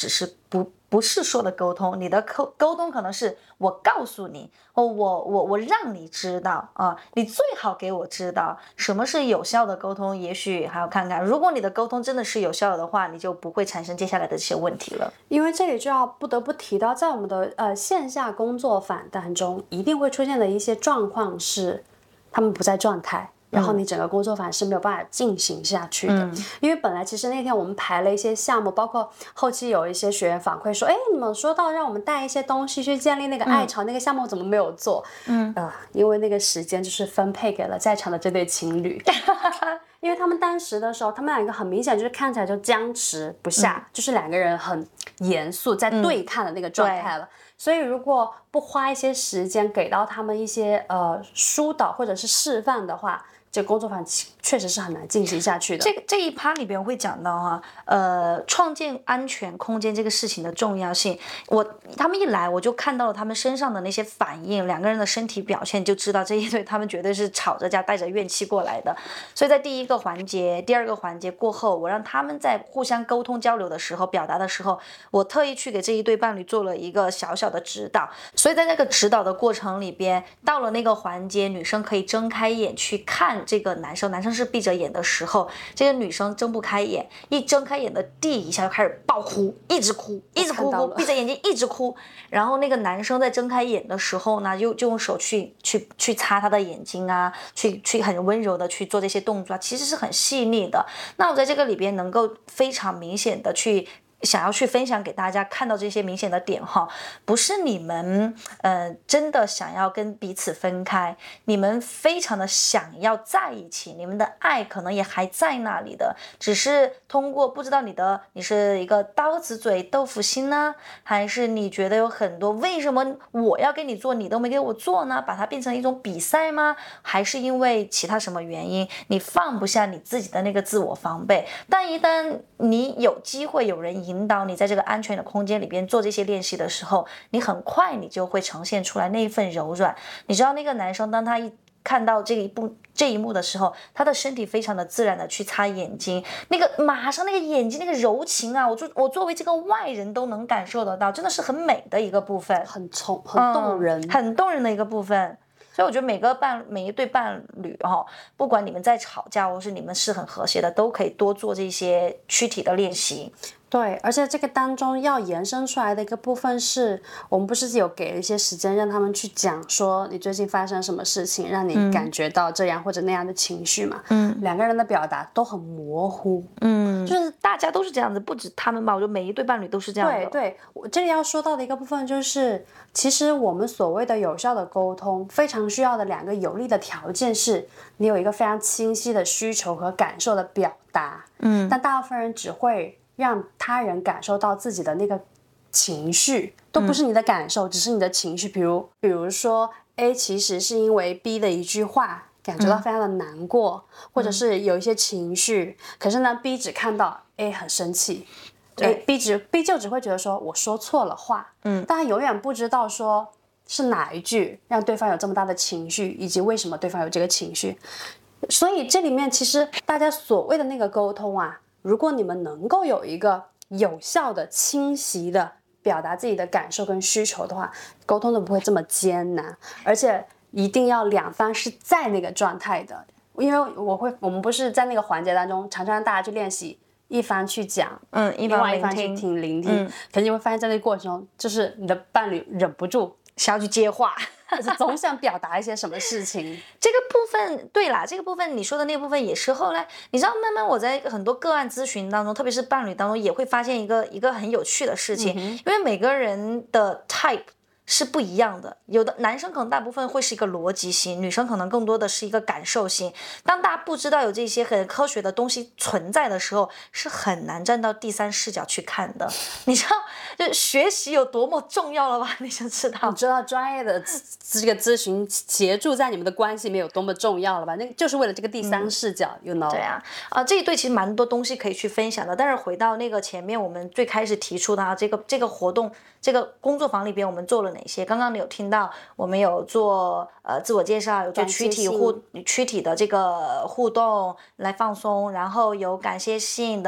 不不是说的沟通，你的沟沟通可能是我告诉你，哦，我我我让你知道啊、呃，你最好给我知道什么是有效的沟通。也许还要看看，如果你的沟通真的是有效的话，你就不会产生接下来的这些问题了。 因为这里就要不得不提到，在我们的呃线下工作坊当中，一定会出现的一些状况是，他们不在状态。然后你整个工作坊是没有办法进行下去的，嗯、因为本来其实那天我们排了一些项目，包括后期有一些学员反馈说，哎，你们说到让我们带一些东西去建立那个爱巢、嗯、那个项目怎么没有做？嗯啊、呃，因为那个时间就是分配给了在场的这对情侣。因为他们当时的时候，他们两个很明显就是看起来就僵持不下，嗯、就是两个人很严肃在对看的那个状态了。嗯、所以如果不花一些时间给到他们一些呃疏导或者是示范的话，这个工作坊确实是很难进行下去的。 这个这一趴里边会讲到哈、啊，呃，创建安全空间这个事情的重要性。我他们一来，我就看到了他们身上的那些反应，两个人的身体表现，就知道这一对他们绝对是吵着架、带着怨气过来的。所以在第一个环节、第二个环节过后，我让他们在互相沟通交流的时候、表达的时候，我特意去给这一对伴侣做了一个小小的指导。所以在那个指导的过程里边，到了那个环节，女生可以睁开眼去看这个男生，男生是闭着眼的时候，这个女生睁不开眼，一睁开眼的第一下就开始爆哭，一直哭，一直哭哭，闭着眼睛一直哭。然后那个男生在睁开眼的时候呢，就就用手去去去擦他的眼睛啊，去去很温柔的去做这些动作，其实是很细腻的。那我在这个里边能够非常明显的去。想要去分享给大家看到这些明显的点哈，不是你们呃真的想要跟彼此分开，你们非常的想要在一起，你们的爱可能也还在那里的，只是通过不知道你的你是一个刀子嘴豆腐心呢，还是你觉得有很多为什么我要给你做你都没给我做呢，把它变成一种比赛吗？还是因为其他什么原因你放不下你自己的那个自我防备？但一旦你有机会有人引导你在这个安全的空间里边做这些练习的时候，你很快你就会呈现出来那一份柔软。你知道那个男生当他一看到这一步这一幕的时候，他的身体非常的自然的去擦眼睛，那个马上那个眼睛那个柔情啊，我就我作为这个外人都能感受得到，真的是很美的一个部分， 很冲很动人、 嗯、很动人的一个部分。所以我觉得每个伴每一对伴侣哈、哦，不管你们在吵架或是你们是很和谐的，都可以多做这些躯体的练习。 对，而且这个当中要延伸出来的一个部分是，我们不是有给了一些时间让他们去讲说你最近发生什么事情，让你感觉到这样或者那样的情绪嘛。嗯，两个人的表达都很模糊。 嗯，就是大家都是这样子，不止他们吧，我觉得每一对伴侣都是这样的。 对对，我这里要说到的一个部分就是，其实我们所谓的有效的沟通，非常需要的两个有利的条件是，你有一个非常清晰的需求和感受的表达。嗯，但大部分人只会让他人感受到自己的那个情绪，都不是你的感受、嗯、只是你的情绪。比如比如说 A 其实是因为 B 的一句话感觉到非常的难过、嗯、或者是有一些情绪、嗯、可是呢 B 只看到 A 很生气， A B 只 B 就只会觉得说我说错了话，嗯，但他永远不知道说是哪一句让对方有这么大的情绪，以及为什么对方有这个情绪。所以这里面其实大家所谓的那个沟通啊，如果你们能够有一个有效的清晰的表达自己的感受跟需求的话，沟通都不会这么艰难，而且一定要两方是在那个状态的。因为我会我们不是在那个环节当中常常让大家去练习一方去讲， 嗯，另外一方去听聆听、嗯、可是你会发现在那个过程中就是你的伴侣忍不住想要去接话总想表达一些什么事情。 这个部分对啦，这个部分你说的那个部分也是后来你知道慢慢我在很多个案咨询当中，特别是伴侣当中也会发现一个一个很有趣的事情、嗯、因为每个人的 type是不一样的，有的男生可能大部分会是一个逻辑型，女生可能更多的是一个感受型。当大家不知道有这些很科学的东西存在的时候，是很难站到第三视角去看的。你知道就学习有多么重要了吧？你就知道， 你知道专业的这个咨询协助在你们的关系里面有多么重要了吧？那就是为了这个第三视角、嗯、you know。 对啊，啊、呃，这一对其实蛮多东西可以去分享的。但是回到那个前面我们最开始提出的、啊、这个这个活动这个工作坊里边我们做了哪些？刚刚你有听到我们有做呃自我介绍，有做躯体互躯体的这个互动来放松，然后有感谢性的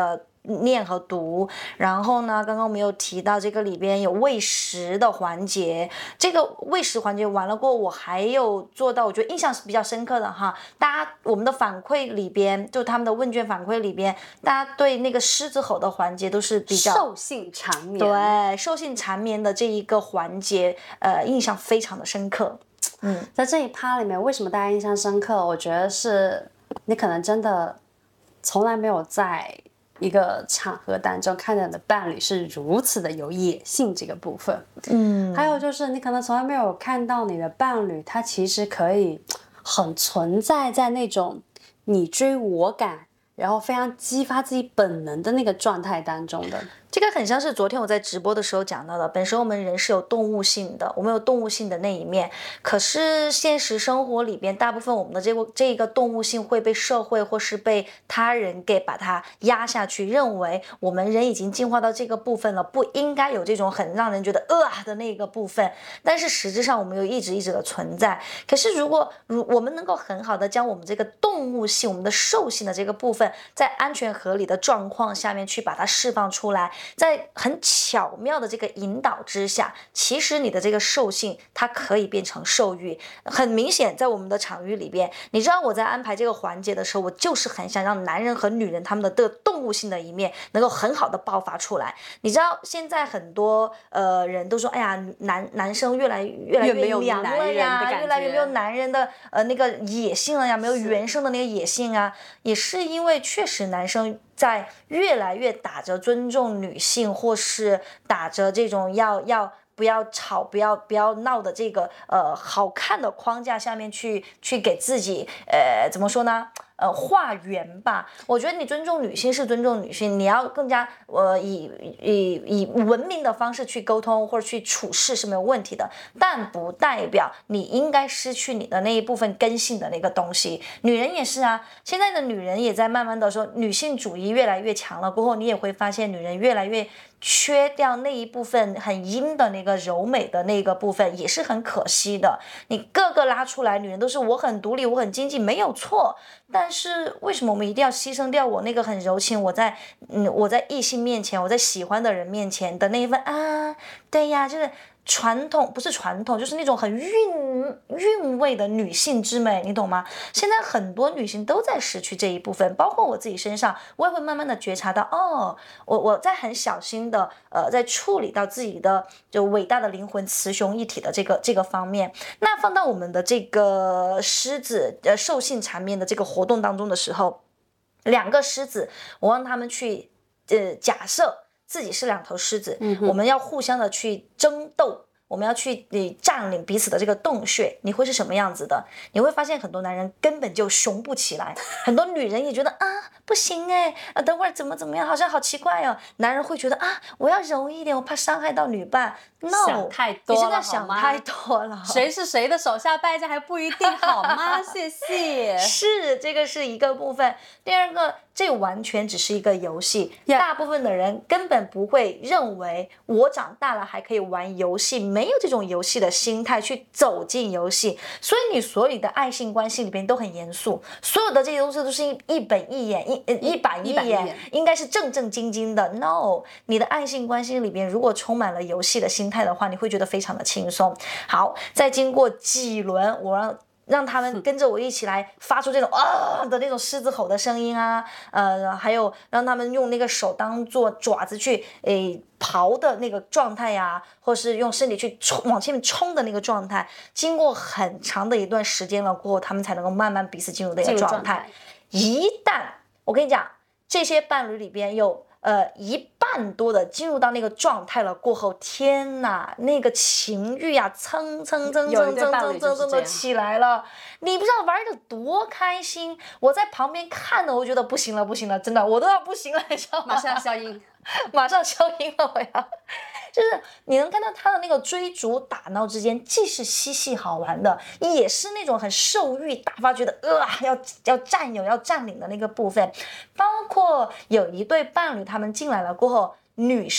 念和读。然后呢，刚刚我们有提到这个里边有喂食的环节，这个喂食环节完了过后，我还有做到，我觉得印象是比较深刻的哈。大家我们的反馈里边，就他们的问卷反馈里边，大家对那个狮子吼的环节都是比较兽性缠绵， 对兽性缠绵的这一个环节，呃，印象非常的深刻。嗯， 在这一趴里面，为什么大家印象深刻？我觉得是你可能真的从来没有在一个场合当中看到你的伴侣是如此的有野性这个部分。 嗯， 还有就是你可能从来没有看到你的伴侣，他其实可以很存在在那种你追我赶，然后非常激发自己本能的那个状态当中的。 这个很像是昨天我在直播的时候讲到的，本身我们人是有动物性的，我们有动物性的那一面，可是现实生活里边大部分我们的这个这个动物性会被社会或是被他人给把它压下去，认为我们人已经进化到这个部分了，不应该有这种很让人觉得呃的那个部分，但是实质上我们又一直一直的存在。可是如果如我们能够很好的将我们这个动物性，我们的兽性的这个部分，在安全合理的状况下面去把它释放出来，在很巧妙的这个引导之下，其实你的这个兽性它可以变成兽欲。很明显在我们的场域里边，你知道我在安排这个环节的时候，我就是很想让男人和女人他们的这个动物性的一面能够很好的爆发出来。你知道现在很多呃人都说，哎呀，男男生越来越来越凉了呀，越来越没有男人的呃那个野性了呀，没有原生的那个野性啊，也是因为确实男生在越来越打着尊重女性，或是打着这种要要不要吵不要不要闹的这个呃好看的框架下面去去给自己呃怎么说呢？呃，化缘吧。我觉得你尊重女性是尊重女性，你要更加呃以以以文明的方式去沟通或者去处事是没有问题的，但不代表你应该失去你的那一部分根性的那个东西。女人也是啊，现在的女人也在慢慢的说，女性主义越来越强了过后，你也会发现女人越来越缺掉那一部分很阴的那个柔美的那个部分，也是很可惜的。你各个拉出来，女人都是我很独立，我很经济，没有错。但是为什么我们一定要牺牲掉我那个很柔情，我在嗯我在异性面前，我在喜欢的人面前的那一份啊？对呀，就是传统，不是传统，就是那种很韵韵味的女性之美，你懂吗？现在很多女性都在失去这一部分，包括我自己身上，我也会慢慢的觉察到，哦，我我在很小心的呃在处理到自己的就伟大的灵魂雌雄一体的这个这个方面。那放到我们的这个狮子呃兽性缠绵的这个活动当中的时候，两个狮子，我让他们去呃假设自己是两头狮子，嗯、我们要互相的去争斗，我们要去你占领彼此的这个洞穴，你会是什么样子的？你会发现很多男人根本就熊不起来，很多女人也觉得啊不行哎，啊等会儿怎么怎么样，好像好奇怪哦。男人会觉得啊我要柔一点，我怕伤害到女伴。No， 想太多了， 你现在想太多了。 谁是谁的手下败将还不一定好吗？谢谢。 是，这个是一个部分。第二个，这完全只是一个游戏。Yeah. 大部分的人根本不会认为我长大了还可以玩游戏，没有这种游戏的心态去走进游戏。所以你所有的爱情关系里边都很严肃，所有的这些东西都是一一本一眼，一一板一眼，应该是正正经经的。No， 你的爱情关系里边如果充满了游戏的心态的话，你会觉得非常的轻松。好，再经过几轮，我让让他们跟着我一起来发出这种啊的那种狮子吼的声音啊，呃，还有让他们用那个手当做爪子去诶刨的那个状态呀、啊，或是用身体去冲往前面冲的那个状态，经过很长的一段时间了过后，他们才能够慢慢彼此进入那个状态。一旦我跟你讲，这些伴侣里边有呃一半多的进入到那个状态了过后，天哪，那个情欲啊蹭蹭蹭蹭蹭蹭蹭蹭的起来了，你不知道玩的多开心。我在旁边看的，我觉得不行了不行了，真的我都要不行了，你知道吗？ 马上消音马上消音了，我要就是你能看到他的那个追逐打闹之间，既是嬉戏好玩的，也是那种很兽欲大发，觉得呃要要占有要占领的那个部分。包括有一对伴侣他们进来了过后，女生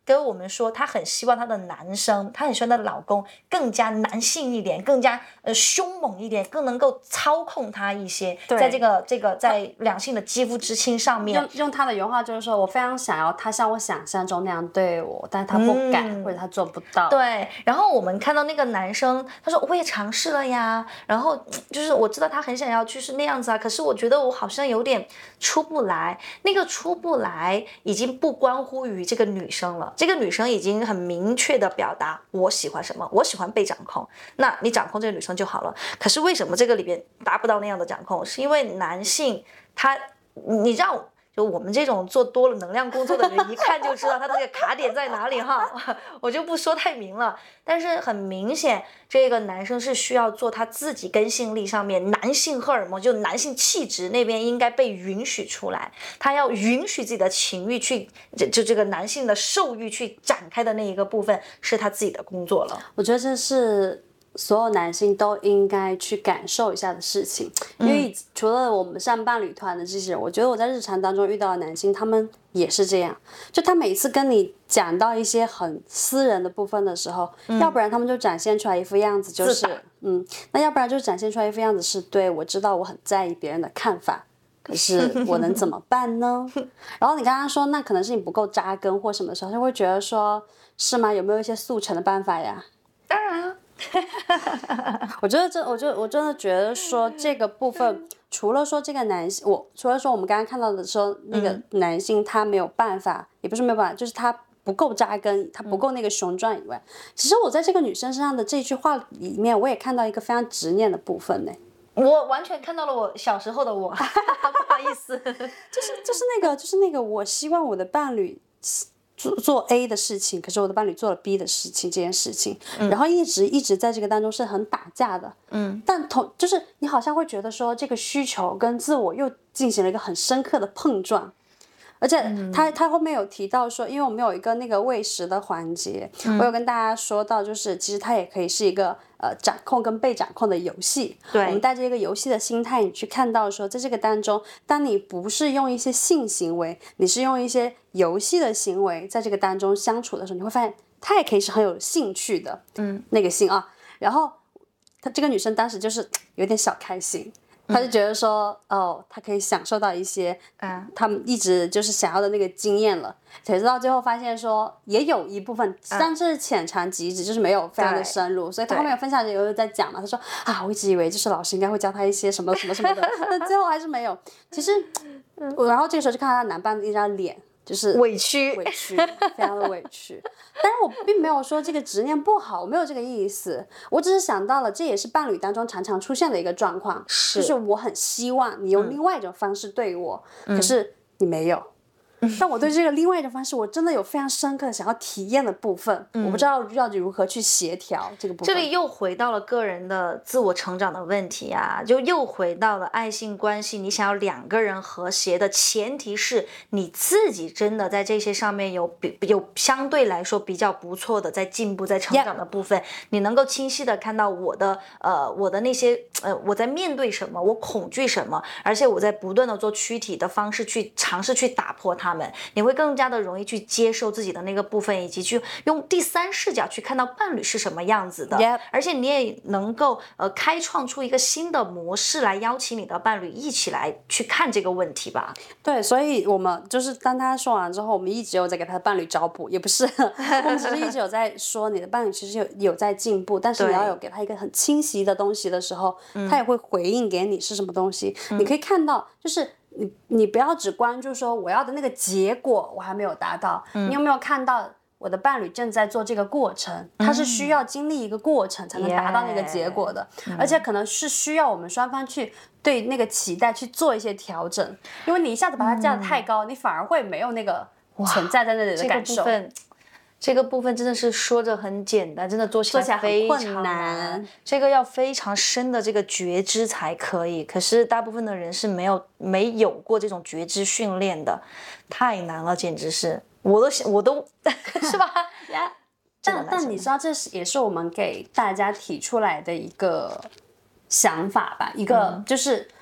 跟我们说，她很希望她的男生，她很希望她的老公更加男性一点，更加呃凶猛一点，更能够操控她一些，在这个这个在两性的肌肤之亲上面。 用用她的原话就是说，我非常想要他像我想象中那样对我，但是他不敢、嗯、或者他做不到。 对，然后我们看到那个男生，他说我也尝试了呀，然后就是我知道他很想要去是那样子啊，可是我觉得我好像有点出不来。那个出不来已经不关乎于这个女生了，这个女生已经很明确的表达我喜欢什么，我喜欢被掌控，那你掌控这个女生就好了。可是为什么这个里边达不到那样的掌控？是因为男性他，你知道。就我们这种做多了能量工作的人，一看就知道他那个卡点在哪里哈，我就不说太明了。但是很明显，这个男生是需要做他自己根性力上面男性荷尔蒙，就男性气质那边应该被允许出来，他要允许自己的情欲去，就就这个男性的兽欲去展开的那一个部分，是他自己的工作了。 我觉得这是。所有男性都应该去感受一下的事情，因为除了我们上伴侣团的这些人，我觉得我在日常当中遇到的男性，他们也是这样。就他每次跟你讲到一些很私人的部分的时候，嗯、要不然他们就展现出来一副样子，就是嗯，那要不然就展现出来一副样子是对我知道我很在意别人的看法，可是我能怎么办呢？然后你刚刚说那可能是你不够扎根或什么的时候，就会觉得说是吗？有没有一些速成的办法呀？ 当然啊。 我觉得这，我就我真的觉得说这个部分，除了说这个男性，我除了说我们刚刚看到的说那个男性他没有办法，嗯、也不是没有办法，就是他不够扎根，他不够那个雄壮以外，嗯、其实我在这个女生身上的这句话里面，我也看到一个非常执念的部分呢。 我完全看到了我小时候的我，不好意思， 就是就是那个就是那个，我希望我的伴侣。做做 A 的事情，可是我的伴侣做了 B 的事情，这件事情，嗯、然后一直一直在这个当中是很打架的，嗯，但同就是你好像会觉得说这个需求跟自我又进行了一个很深刻的碰撞，而且他他后面有提到说，因为我们有一个那个喂食的环节，嗯、我有跟大家说到，就是其实它也可以是一个呃掌控跟被掌控的游戏。 对， 我们带着一个游戏的心态，你去看到说，在这个当中，当你不是用一些性行为，你是用一些游戏的行为，在这个当中相处的时候，你会发现它也可以是很有兴趣的，嗯，那个性啊。然后她这个女生当时就是有点小开心。他就觉得说，嗯、哦，他可以享受到一些，嗯，他们一直就是想要的那个经验了。谁知道最后发现说，也有一部分，嗯、但是浅尝即止，就是没有非常的深入。所以他后面有分享有在讲嘛，他说啊，我一直以为就是老师应该会教他一些什么什么什么的，但最后还是没有。其实，嗯、然后这个时候就看到他男伴的一张脸。就是委屈， 委屈，非常的委屈。但是我并没有说这个执念不好，我没有这个意思。我只是想到了，这也是伴侣当中常常出现的一个状况， 是就是我很希望你用另外一种方式对我，嗯、可是你没有。但我对这个另外一种方式，我真的有非常深刻的想要体验的部分，嗯、我不知道要如何去协调这个部分。 这里又回到了个人的自我成长的问题啊，就又回到了爱性关系，你想要两个人和谐的前提是你自己真的在这些上面有比有相对来说比较不错的在进步在成长的部分， yep. 你能够清晰的看到我的呃我的那些呃我在面对什么，我恐惧什么，而且我在不断的做躯体的方式去尝试去打破它。你会更加的容易去接受自己的那个部分，以及去用第三视角去看到伴侣是什么样子的， yep. 而且你也能够呃开创出一个新的模式来邀请你的伴侣一起来去看这个问题吧。 对，所以我们就是当他说完之后，我们一直有在给他的伴侣找补，也不是我们只是一直有在说你的伴侣其实有有在进步，但是你要有给他一个很清晰的东西的时候，他也会回应给你是什么东西，嗯、你可以看到就是你你不要只关注说我要的那个结果我还没有达到，嗯、你有没有看到我的伴侣正在做这个过程，他是需要经历一个过程才能达到那个结果的， yeah. 而且可能是需要我们双方去对那个期待去做一些调整，因为你一下子把它架得太高，嗯、你反而会没有那个存在在那里的感受。 这个部分这个部分真的是说着很简单，真的做起来非常难，这个要非常深的这个觉知才可以，可是大部分的人是没有没有过这种觉知训练的，太难了，简直是我都我都是吧 yeah. 但但你知道这也是我们给大家提出来的一个想法吧，一个就是、嗯、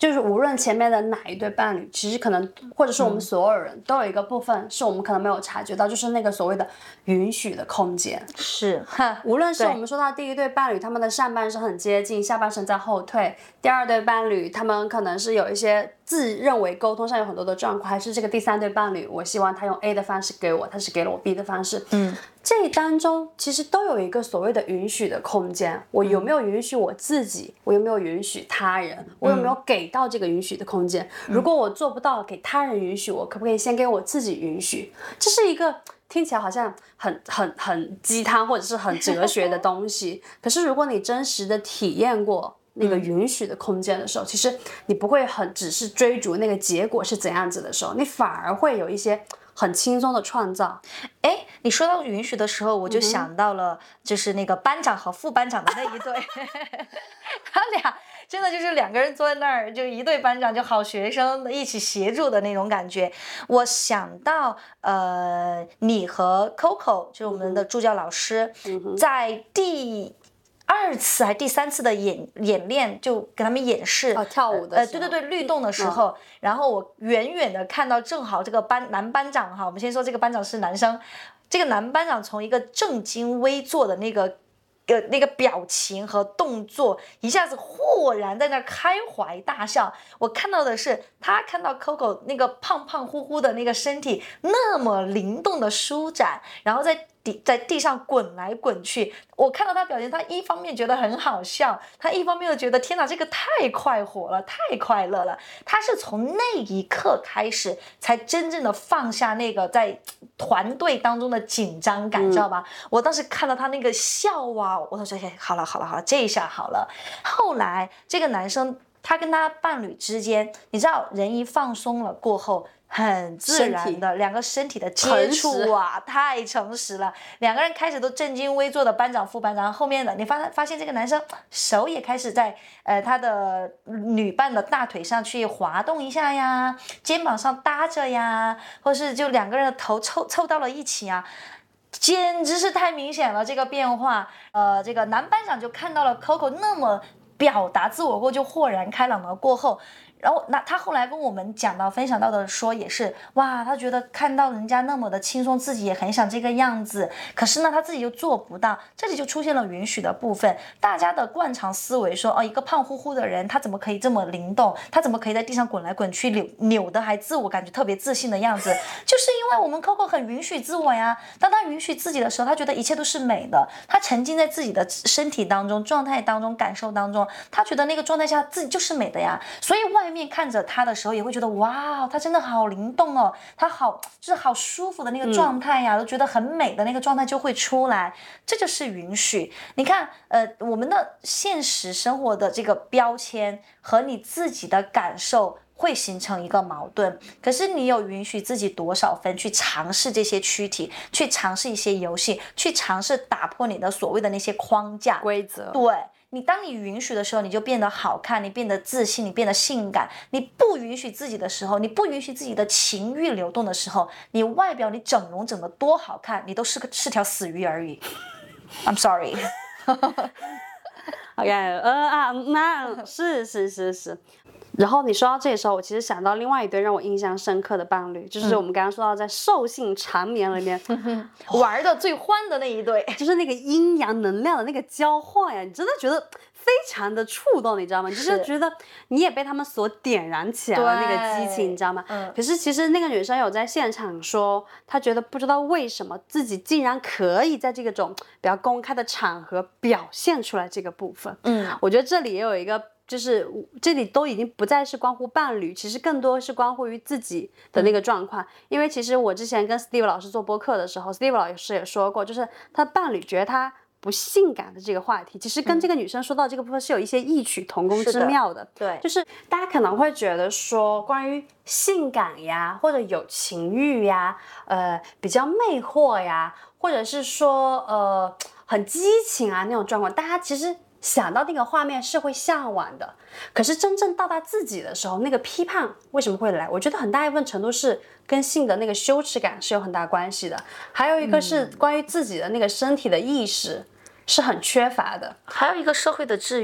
就是无论前面的哪一对伴侣，其实可能或者是我们所有人、嗯、都有一个部分是我们可能没有察觉到，就是那个所谓的允许的空间。 是， 无论是我们说到第一对伴侣，他们的上半身很接近，下半身在后退；第二对伴侣，他们可能是有一些自认为沟通上有很多的状况，还是这个第三对伴侣，我希望他用 A 的方式给我，他是给了我 B 的方式。 嗯， 这当中其实都有一个所谓的允许的空间，我有没有允许我自己，我有没有允许他人，我有没有给到这个允许的空间、嗯、如果我做不到给他人允许，我可不可以先给我自己允许？这是一个听起来好像很很很鸡汤或者是很哲学的东西可是如果你真实的体验过那个允许的空间的时候、嗯、其实你不会很只是追逐那个结果是怎样子的时候，你反而会有一些很轻松的创造。 哎，你说到允许的时候，我就想到了就是那个班长和副班长的那一对他俩真的就是两个人坐在那儿，就一对班长，就好学生一起协助的那种感觉。我想到呃，你和 Coco 就是我们的助教老师、嗯、在第二次还第三次的演演练，就给他们演示、 哦、跳舞的呃，对对对，律动的时候、嗯、然后我远远的看到正好这个班男班长哈，我们先说这个班长是男生，这个男班长从一个正襟危坐的那个呃那个表情和动作，一下子豁然在那开怀大笑。我看到的是他看到 Coco 那个胖胖乎乎的那个身体那么灵动的舒展，然后在地在地上滚来滚去，我看到他表情，他一方面觉得很好笑，他一方面又觉得天哪，这个太快活了，太快乐了。他是从那一刻开始才真正的放下那个在团队当中的紧张感、嗯、知道吧？我当时看到他那个笑啊，我说好了好了好了，这一下好了。后来这个男生他跟他伴侣之间，你知道人一放松了过后，很自然的两个身体的接触啊，太诚实了。两个人开始都正襟危坐的班长副班长，后面的你发发现这个男生手也开始在呃他的女伴的大腿上去滑动一下呀，肩膀上搭着呀，或是就两个人的头凑凑到了一起啊，简直是太明显了这个变化。呃，这个男班长就看到了 Coco 那么表达自我过就豁然开朗了过后，然后那他后来跟我们讲到分享到的说也是，哇，他觉得看到人家那么的轻松，自己也很想这个样子，可是呢他自己又做不到，这里就出现了允许的部分。大家的惯常思维说，哦，一个胖乎乎的人他怎么可以这么灵动，他怎么可以在地上滚来滚去，扭扭的还自我感觉特别自信的样子，就是因为我们 Coco 很允许自我呀。当他允许自己的时候，他觉得一切都是美的，他沉浸在自己的身体当中，状态当中，感受当中，他觉得那个状态下自己就是美的呀。所以外面看着他的时候也会觉得，哇，他真的好灵动哦，他好就是好舒服的那个状态呀、嗯、都觉得很美的那个状态就会出来，这就是允许。你看呃，我们的现实生活的这个标签和你自己的感受会形成一个矛盾，可是你有允许自己多少分去尝试这些躯体，去尝试一些游戏，去尝试打破你的所谓的那些框架规则。 对，你当你允许的时候，你就变得好看，你变得自信，你变得性感。你不允许自己的时候，你不允许自己的情欲流动的时候，你外表你整容整得多好看，你都是个是条死鱼而已。I'm sorry OK 呃啊那是是是是。然后你说到这个时候，我其实想到另外一对让我印象深刻的伴侣，就是我们刚刚说到在兽性缠绵里面、 嗯、玩的最欢的那一对， 就是那个阴阳能量的那个交换呀，你真的觉得非常的触动，你知道吗？你就是觉得你也被他们所点燃起来了那个激情，你知道吗、嗯、可是其实那个女生有在现场说，她觉得不知道为什么自己竟然可以在这种比较公开的场合表现出来这个部分。嗯，我觉得这里也有一个，就是这里都已经不再是关乎伴侣，其实更多是关乎于自己的那个状况、嗯、因为其实我之前跟 Steve 老师做播客的时候， Steve 老师也说过，就是他伴侣觉得他不性感的这个话题，其实跟这个女生说到这个部分是有一些异曲同工之妙的。 对， 就是大家可能会觉得说关于性感呀，或者有情欲呀，呃，比较魅惑呀，或者是说呃很激情啊那种状况，大家其实想到那个画面是会向往的，可是真正到达自己的时候，那个批判为什么会来？我觉得很大一部分程度是跟性的那个羞耻感是有很大关系的，还有一个是关于自己的那个身体的意识是很缺乏的， 还有一个社会的制约。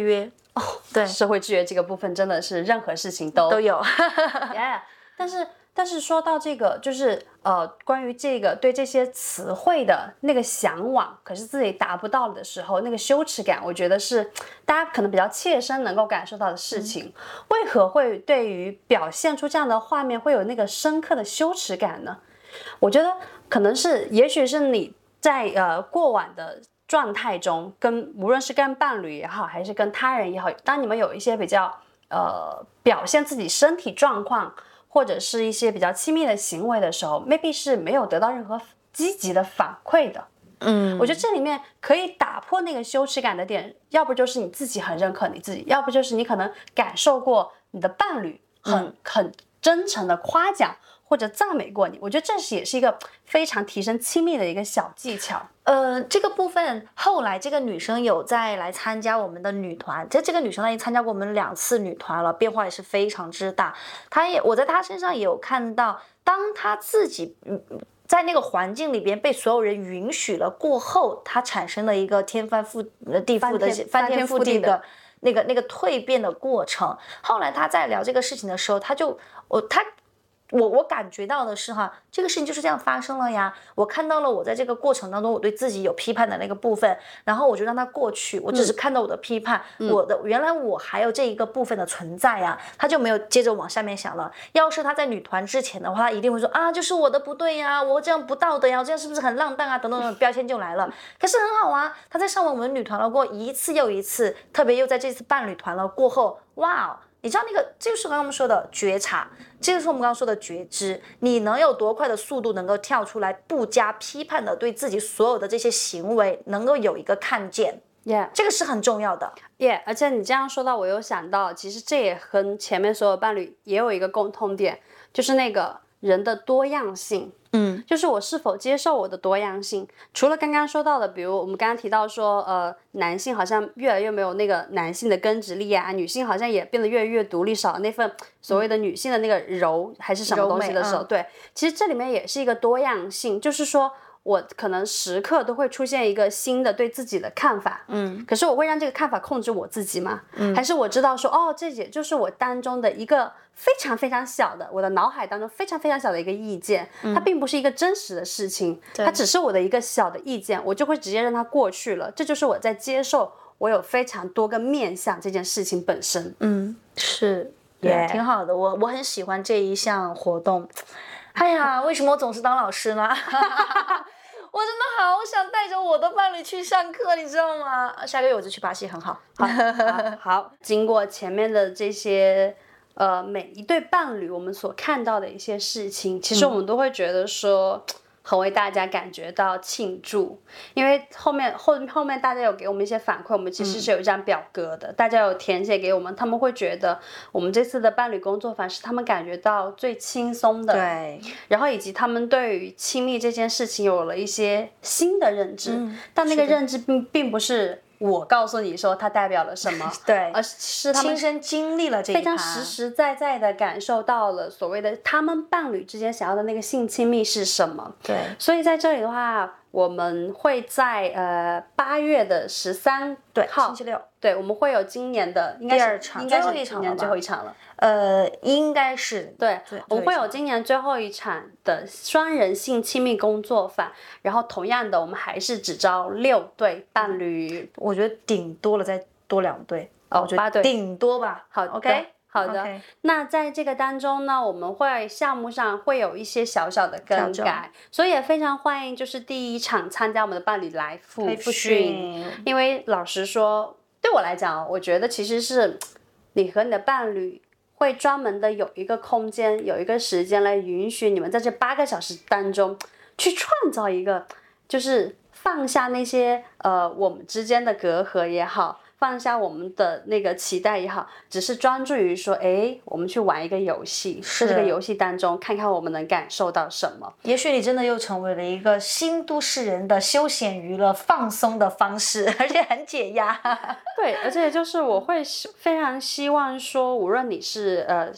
哦， 对， 社会制约这个部分真的是任何事情都都有。 yeah, 但是但是说到这个，就是呃，关于这个对这些词汇的那个向往，可是自己达不到的时候，那个羞耻感，我觉得是大家可能比较切身能够感受到的事情。嗯、为何会对于表现出这样的画面会有那个深刻的羞耻感呢？我觉得可能是，也许是你在呃过往的状态中，跟无论是跟伴侣也好，还是跟他人也好，当你们有一些比较呃表现自己身体状况，或者是一些比较亲密的行为的时候 maybe 是没有得到任何积极的反馈的。 嗯， 我觉得这里面可以打破那个羞耻感的点，要不就是你自己很认可你自己，要不就是你可能感受过你的伴侣很、嗯、很真诚的夸奖或者赞美过你。我觉得这是也是一个非常提升亲密的一个小技巧。 呃，这个部分后来这个女生有再来参加我们的女团，这这个女生她已经参加过我们两次女团了，变化也是非常之大。她也我在她身上也有看到，当她自己嗯在那个环境里边被所有人允许了过后，她产生了一个天翻覆地覆的翻天覆地的那个那个蜕变的过程。后来她在聊这个事情的时候，她就我她。我我感觉到的是哈，这个事情就是这样发生了呀。我看到了我在这个过程当中我对自己有批判的那个部分，然后我就让它过去。我只是看到我的批判，嗯、我的原来我还有这一个部分的存在呀。他就没有接着往下面想了。要是他在女团之前的话，他一定会说啊，就是我的不对呀，我这样不道德呀，我这样是不是很浪荡啊？等等等标签就来了。可是很好啊，他在上完我们女团了过一次又一次，特别又在这次伴侣团了过后，哇！你知道那个，这就是刚刚我们说的觉察，这就是我们刚刚说的觉知。你能有多快的速度能够跳出来，不加批判的对自己所有的这些行为能够有一个看见 ，yeah， 这个是很重要的。 yeah， 而且你这样说到，我有想到，其实这也跟前面所有伴侣也有一个共通点，就是那个人的多样性。 嗯， 就是我是否接受我的多样性。除了刚刚说到的，比如我们刚刚提到说，呃，男性好像越来越没有那个男性的根植力啊，女性好像也变得越来越独立，少了那份所谓的女性的那个柔还是什么东西的时候，嗯、对，其实这里面也是一个多样性，就是说我可能时刻都会出现一个新的对自己的看法， 嗯， 可是我会让这个看法控制我自己吗？ 嗯， 还是我知道说，哦，这也就是我当中的一个非常非常小的，我的脑海当中非常非常小的一个意见，嗯、它并不是一个真实的事情，它只是我的一个小的意见，我就会直接让它过去了。这就是我在接受我有非常多个面向这件事情本身。 嗯，是，对， yeah. 挺好的，我我很喜欢这一项活动。哎呀，为什么我总是当老师呢？我真的好想带着我的伴侣去上课，你知道吗？下个月我就去巴西，很好。 好，好，好。经过前面的这些，呃，每一对伴侣我们所看到的一些事情，其实我们都会觉得说，嗯、很为大家感觉到庆祝，因为后面后后面大家有给我们一些反馈，我们其实是有一张表格的，嗯、大家有填写给我们，他们会觉得我们这次的伴侣工作坊是他们感觉到最轻松的， 对， 然后以及他们对于亲密这件事情有了一些新的认知，嗯、但那个认知并并不是我告诉你说它代表了什么， 对， 而是他们亲身经历了这一趴， 非常实实在在的感受到了所谓的他们伴侣之间想要的那个性亲密是什么。 对， 所以在这里的话，我们会在呃八月的十三号， 星期六， 对，我们会有今年的应该是第二场， 应该是今年最后一场了。 呃，应该是对，我们会有今年最后一场的双人性亲密工作坊，然后同样的，我们还是只招六对伴侣， 我觉得顶多了再多两对， 哦，八对， 顶多吧。 好 ，OK。 好的， okay. 那在这个当中呢，我们会项目上会有一些小小的更改，所以也非常欢迎就是第一场参加我们的伴侣来复训，因为老实说，对我来讲，我觉得其实是你和你的伴侣会专门的有一个空间，有一个时间来允许你们在这八个小时当中去创造一个，就是放下那些呃我们之间的隔阂也好，放下我们的那个期待也好，只是专注于说，哎，我们去玩一个游戏，在这个游戏当中看看我们能感受到什么。 也许你真的又成为了一个新都市人的休闲娱乐放松的方式，而且很解压。 对，而且就是我会非常希望说，无论你是呃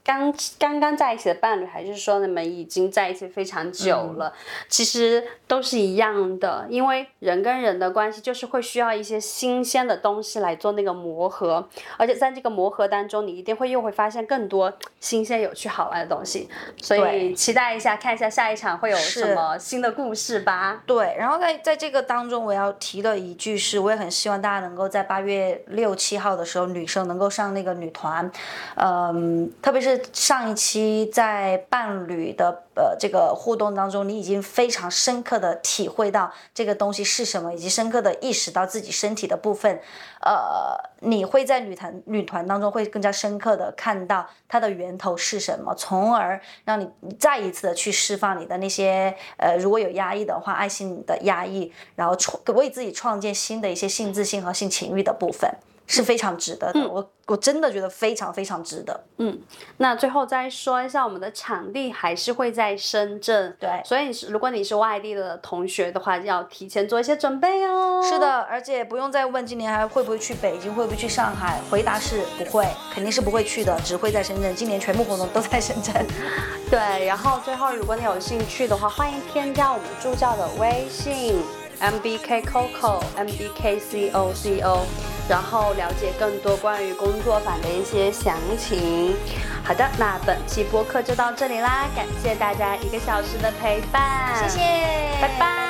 刚刚刚在一起的伴侣，还是说你们已经在一起非常久了，嗯、其实都是一样的，因为人跟人的关系就是会需要一些新鲜的东西来做那个磨合，而且在这个磨合当中，你一定会又会发现更多新鲜、有趣、好玩的东西，所以期待一下，看一下下一场会有什么新的故事吧。 对，然后在在这个当中，我要提的一句是，我也很希望大家能够在八月六七号的时候，女生能够上那个女团，嗯，特别是上一期在伴侣的呃这个互动当中，你已经非常深刻的体会到这个东西是什么，以及深刻的意识到自己身体的部分，呃，你会在女团女团当中会更加深刻的看到它的源头是什么，从而让你再一次的去释放你的那些呃如果有压抑的话，爱心的压抑，然后为自己创建新的一些性自信和性情欲的部分。是非常值得的，嗯、我我真的觉得非常非常值得。 嗯，那最后再说一下，我们的场地还是会在深圳， 对， 所以如果你是外地的同学的话，要提前做一些准备哦。 是的，而且不用再问今年还会不会去北京，会不会去上海，回答是不会，肯定是不会去的，只会在深圳。今年全部活动都在深圳。 对，然后最后如果你有兴趣的话，欢迎添加我们助教的微信 M B K Coco M B K C O C O。然后了解更多关于工作坊的一些详情。好的，那本期播客就到这里啦，感谢大家一个小时的陪伴， 谢谢， 拜拜。